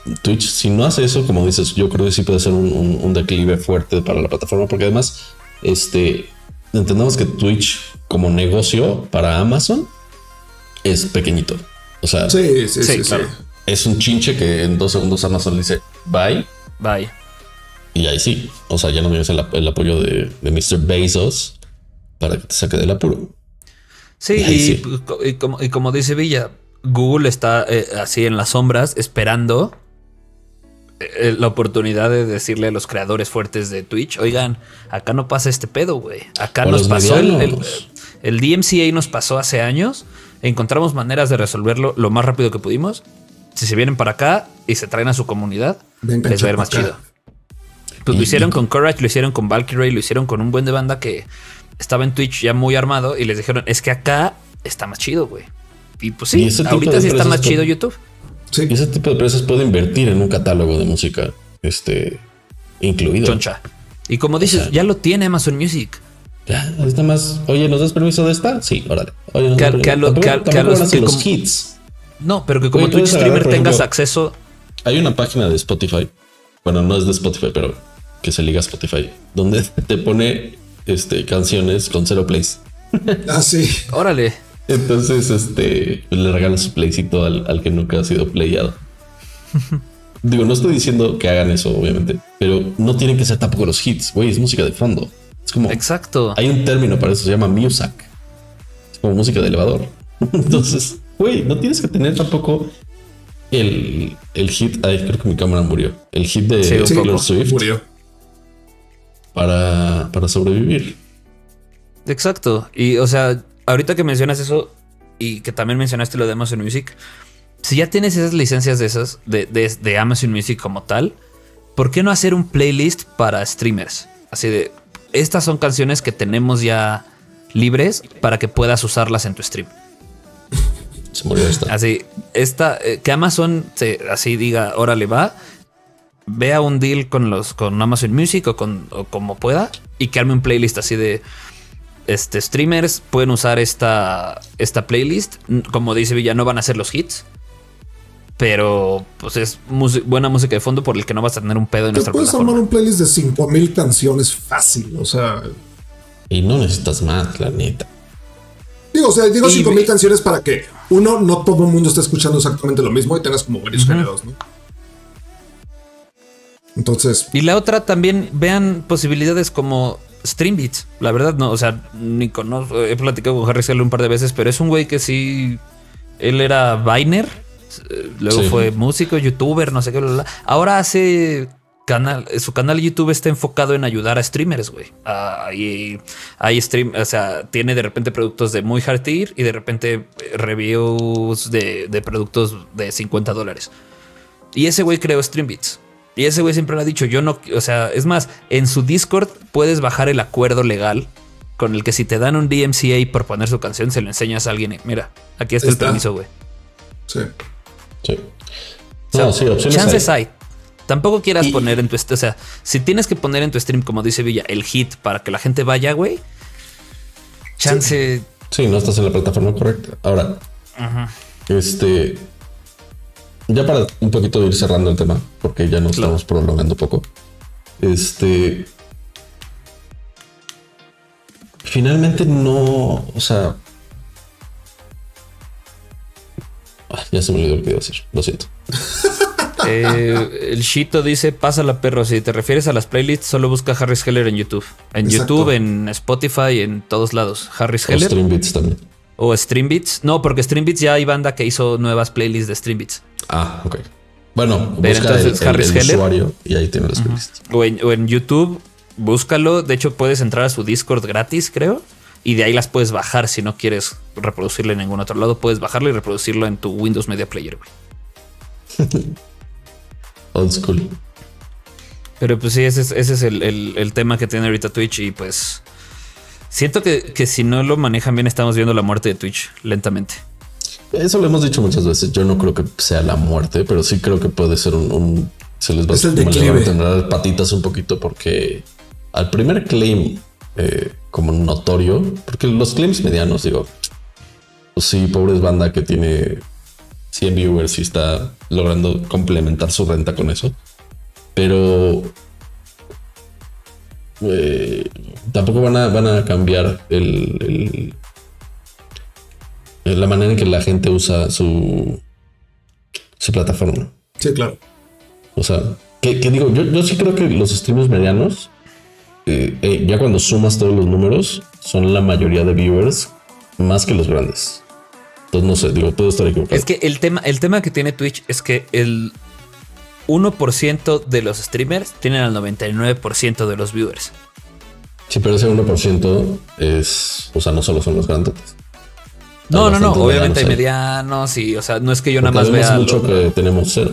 Twitch, si no hace eso, como dices, yo creo que sí puede ser un declive fuerte para la plataforma, porque además, entendamos que Twitch como negocio para Amazon es pequeñito. O sea, sí, claro. Es un chinche que en 2 segundos Amazon le dice bye. Y ahí sí. O sea, ya no tienes el apoyo de Mr. Bezos para que te saque del apuro. Sí, y como dice Villa, Google está así en las sombras esperando la oportunidad de decirle a los creadores fuertes de Twitch, oigan, acá no pasa este pedo, güey. Acá nos pasó el DMCA nos pasó hace años. Encontramos maneras de resolverlo lo más rápido que pudimos. Si se vienen para acá y se traen a su comunidad, les va a ir más chido. Pues lo hicieron con Courage, lo hicieron con Valkyrie, lo hicieron con un buen de banda que estaba en Twitch ya muy armado y les dijeron, es que acá está más chido, güey. Y pues sí, ahorita sí está más chido YouTube. Sí. Y ese tipo de empresas puede invertir en un catálogo de música incluido. Choncha. Y como dices, o sea, ya lo tiene Amazon Music. Ya, es nada más. Oye, ¿nos das permiso de esta? Sí, órale. Oye, los hits. No, pero que como Twitch streamer tengas acceso. Hay una página de Spotify. Bueno, no es de Spotify, pero que se liga a Spotify, donde te pone canciones con 0 plays. Ah, sí. Órale. Entonces, le regalas su playcito al que nunca ha sido playado. Digo, no estoy diciendo que hagan eso, obviamente, pero no tienen que ser tampoco los hits, güey, es música de fondo. Es como... Exacto. Hay un término para eso, se llama music. Es como música de elevador. Entonces, güey, no tienes que tener tampoco el hit. Ay, creo que mi cámara murió. El hit de Taylor Swift murió. Para sobrevivir. Exacto. Y, o sea, ahorita que mencionas eso y que también mencionaste lo de Amazon Music, si ya tienes esas licencias de esas, de Amazon Music como tal, ¿por qué no hacer un playlist para streamers? Así de, estas son canciones que tenemos ya libres para que puedas usarlas en tu stream. Se murió esta. Así, que Amazon así diga, órale, vea un deal con Amazon Music o como pueda y que arme un playlist así de streamers pueden usar esta playlist. Como dice Villa, no van a ser los hits, pero pues es buena música de fondo por el que no vas a tener un pedo en nuestra plataforma. Puedes armar un playlist de 5,000 canciones fácil, o sea. Y no necesitas más, la neta. Digo 5,000 canciones para que no todo el mundo esté escuchando exactamente lo mismo y tengas como varios géneros, ¿no? Entonces. Y la otra también vean posibilidades como Streambeats. La verdad, no, o sea, ni conozco. He platicado con Harry Seller un par de veces, pero es un güey que sí. Él era Viner, luego fue músico, youtuber, no sé qué, bla, bla. Ahora hace su canal YouTube está enfocado en ayudar a streamers, güey. Hay stream, o sea, tiene de repente productos de muy hard tier y de repente reviews de productos de $50. Y ese güey creó Streambeats. Y ese güey siempre lo ha dicho, yo no, o sea, es más, en su Discord puedes bajar el acuerdo legal con el que si te dan un DMCA por poner su canción, se lo enseñas a alguien y mira, aquí está el permiso, güey. Sí. No, sí, chances hay. Tampoco quieras poner en tu... O sea, si tienes que poner en tu stream, como dice Villa, el hit para que la gente vaya, güey, chance... Sí, no estás en la plataforma correcta. Ahora, ya para un poquito ir cerrando el tema, porque ya nos estamos prolongando un poco. Finalmente no, o sea, ya se me olvidó lo que iba a decir, lo siento. El Shito dice, pásala, perro. Si te refieres a las playlists, solo busca Harris Heller en YouTube. En Exacto. YouTube, en Spotify, en todos lados. Harris Heller. O Streambeats también. O Streambeats. No, porque Streambeats ya hay banda que hizo nuevas playlists de Streambeats. Ah, ok. Bueno, pero busca entonces Harris Heller usuario y ahí tiene las playlists. O en YouTube, búscalo. De hecho, puedes entrar a su Discord gratis, creo. Y de ahí las puedes bajar si no quieres reproducirlo en ningún otro lado. Puedes bajarlo y reproducirlo en tu Windows Media Player, güey. Old school. Pero pues sí, ese es el tema que tiene ahorita Twitch. Y pues siento que si no lo manejan bien, estamos viendo la muerte de Twitch lentamente. Eso lo hemos dicho muchas veces. Yo no creo que sea la muerte, pero sí creo que puede ser se les va a tener patitas un poquito, porque al primer claim como notorio, porque los claims medianos, digo, pues sí, pobres banda que tiene 100 viewers y está logrando complementar su renta con eso. Pero tampoco van a cambiar la manera en que la gente usa su plataforma. Sí, claro. O sea, que digo, yo sí creo que los streamers medianos, ya cuando sumas todos los números, son la mayoría de viewers más que los grandes. Entonces, no sé, digo, puedo estar equivocado. Es que el tema que tiene Twitch es que el 1% de los streamers tienen al 99% de los viewers. Sí, pero ese 1% es, o sea, no solo son los grandes. No. Obviamente hay medianos y, o sea, no es que yo nada más vea. Mucho que tenemos cero.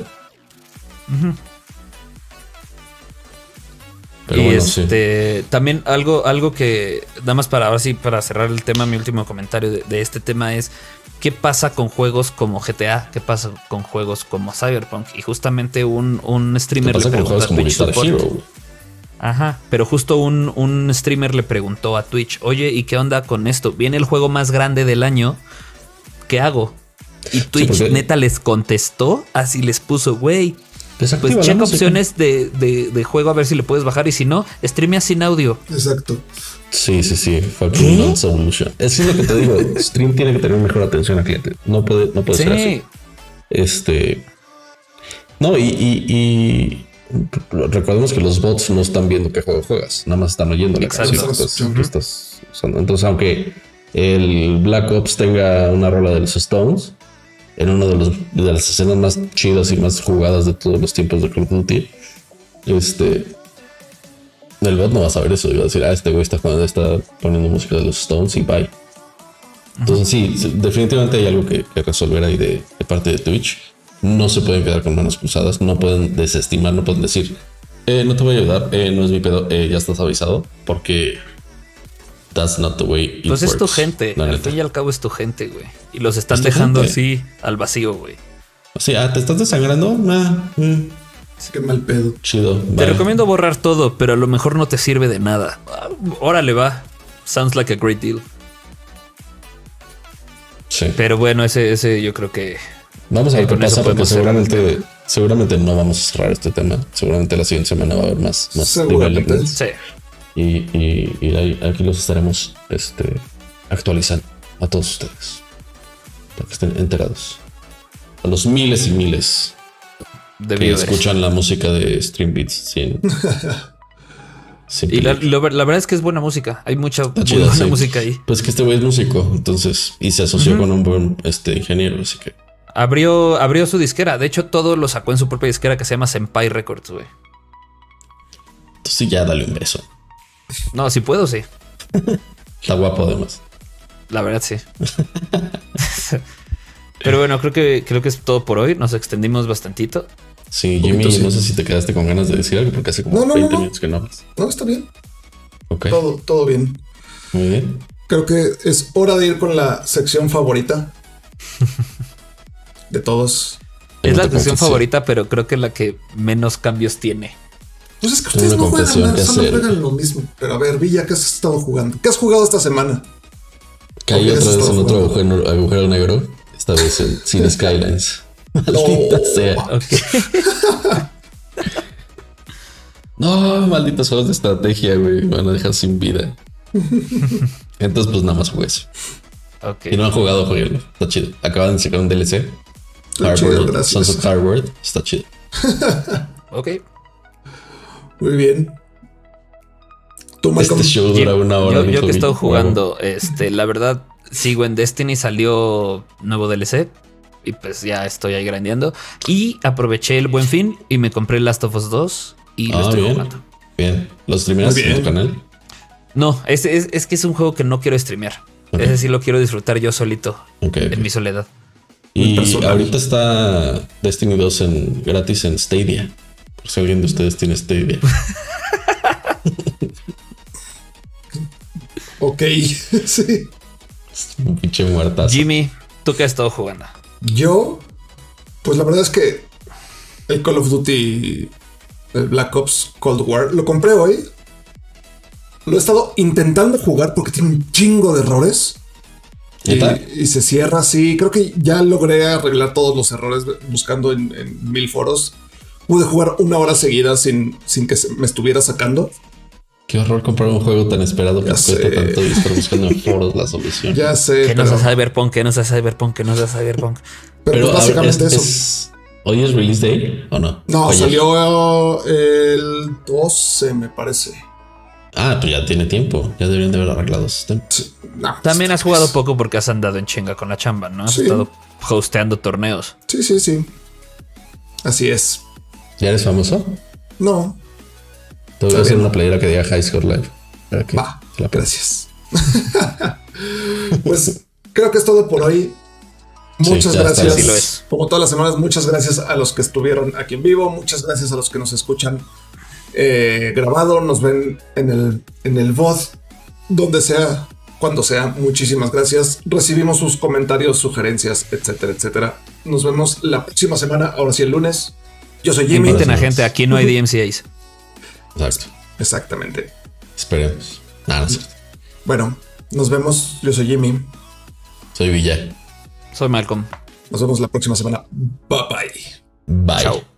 Pero y bueno, sí. También algo que, nada más para ahora sí, para cerrar el tema, mi último comentario de este tema es ¿qué pasa con juegos como GTA? ¿Qué pasa con juegos como Cyberpunk? Y justamente un streamer le preguntó a Twitch Support. Ajá, pero justo un streamer le preguntó a Twitch, oye, ¿y qué onda con esto? Viene el juego más grande del año, ¿qué hago? Y Twitch neta les contestó, así les puso, güey, pues checa opciones de juego a ver si le puedes bajar y si no, streamea sin audio. Exacto. Sí. Fucking non-solution. Es lo que te digo. Stream tiene que tener mejor atención al cliente. No puede ser así. No, y recordemos que los bots no están viendo qué juego juegas, nada más están oyendo la canción que estás usando. Entonces, aunque el Black Ops tenga una rola de los Stones en una de las escenas más chidas y más jugadas de todos los tiempos de Call of Duty, el bot no va a saber eso y va a decir, este güey está poniendo música de los Stones y bye. Entonces sí, definitivamente hay algo que resolver ahí de parte de Twitch. No se pueden quedar con manos cruzadas, no pueden desestimar, no pueden decir, no te voy a ayudar, no es mi pedo, ya estás avisado, porque that's not the way it pues works. Es tu gente, al fin y al cabo es tu gente, güey. Y los están dejando así al vacío, güey. O sea, ¿te estás desangrando? Qué mal pedo. Chido. Te recomiendo borrar todo, pero a lo mejor no te sirve de nada. Órale, va. Sounds like a great deal. Sí. Pero bueno, ese yo creo que... Vamos a ver qué pasa, porque seguramente no vamos a cerrar este tema. Seguramente la siguiente semana va a haber más development. Sí. Y aquí los estaremos actualizando a todos ustedes para que estén enterados. A los miles y miles de que escuchan la música de Stream Beats sin y la verdad es que es buena música. Hay mucha buena música ahí. Pues que este güey es músico, entonces, y se asoció con un buen ingeniero, así que abrió su disquera. De hecho, todo lo sacó en su propia disquera que se llama Senpai Records, güey. Entonces ya dale un beso. No, si puedo, sí. Está guapo además. La verdad, sí. Pero bueno, creo que es todo por hoy. Nos extendimos bastantito. Sí, Jimmy, no sé si te quedaste con ganas de decir algo porque hace como 20 minutos que no hablas. No, está bien. Ok. Todo bien. Muy bien. Creo que es hora de ir con la sección favorita de todos. Es la sección favorita, pero creo que la que menos cambios tiene. Pues es que ustedes no juegan nada, solo juegan lo mismo. pero a ver, Villa, ¿qué has estado jugando? ¿Qué has jugado esta semana? Caí otra vez en otro agujero negro. Esta vez en City Skylines. Maldita sea. Okay. No, malditos juegos de estrategia, güey. Me van a dejar sin vida. Entonces, pues nada más jugué eso. Okay. Y no han jugado, jueguenlo. Está chido. Acaban de sacar un DLC. Está chido, gracias. Sons of Hardware. Está chido. Ok. Muy bien. Este show dura una hora. Yo que he estado jugando, la verdad, sigo en Destiny. Salió nuevo DLC. Y pues ya estoy ahí grandeando. Y aproveché el Buen Fin y me compré Last of Us 2 y lo estoy jugando. Bien. ¿Lo streameas en tu canal? No, es que es un juego que no quiero streamear. Okay. Ese sí lo quiero disfrutar yo solito. En mi soledad. Y ahorita está Destiny 2 gratis en Stadia. Por si alguien de ustedes tiene Stadia. Ok, sí. Un pinche muertazo. Jimmy, ¿tú qué has estado jugando? Yo, pues la verdad es que el Call of Duty, el Black Ops Cold War, lo compré hoy. Lo he estado intentando jugar porque tiene un chingo de errores. ¿Neta? Y se cierra así. Creo que ya logré arreglar todos los errores buscando en 1000 foros. Pude jugar 1 hora seguida sin que me estuviera sacando. Qué horror comprar un juego tan esperado que cuesta tanto y estar buscando en foros la solución. Ya sé. Que no sea Cyberpunk, que no sea Cyberpunk, que no sea Cyberpunk. Pero pues básicamente eso. ¿Hoy es release day o no? No, Oye. salió el 12, me parece. Ah, pues ya tiene tiempo. Ya deberían de haber arreglado ese tema. No, También has jugado poco porque has andado en chinga con la chamba, ¿no? Has Sí. estado hosteando torneos. Sí. Así es. ¿Ya eres famoso? No, Te voy a hacer una playera que diga High Score Live. Para que va. se la pongas. Gracias. Pues creo que es todo por hoy. Muchas ya está. gracias. Sí lo es. Como todas las semanas, muchas gracias a los que estuvieron aquí en vivo. Muchas gracias a los que nos escuchan grabado. Nos ven en el VOD, donde sea, cuando sea. Muchísimas gracias. Recibimos sus comentarios, sugerencias, etcétera, etcétera. Nos vemos la próxima semana. Ahora sí, el lunes. Yo soy Jimmy. Inviten a gente, aquí no hay DMCAs. Exacto. Exactamente. Esperemos. Nada, no es cierto. Bueno, nos vemos. Yo soy Jimmy. Soy Villa. Soy Malcolm. Nos vemos la próxima semana. Bye bye. Bye. Chao.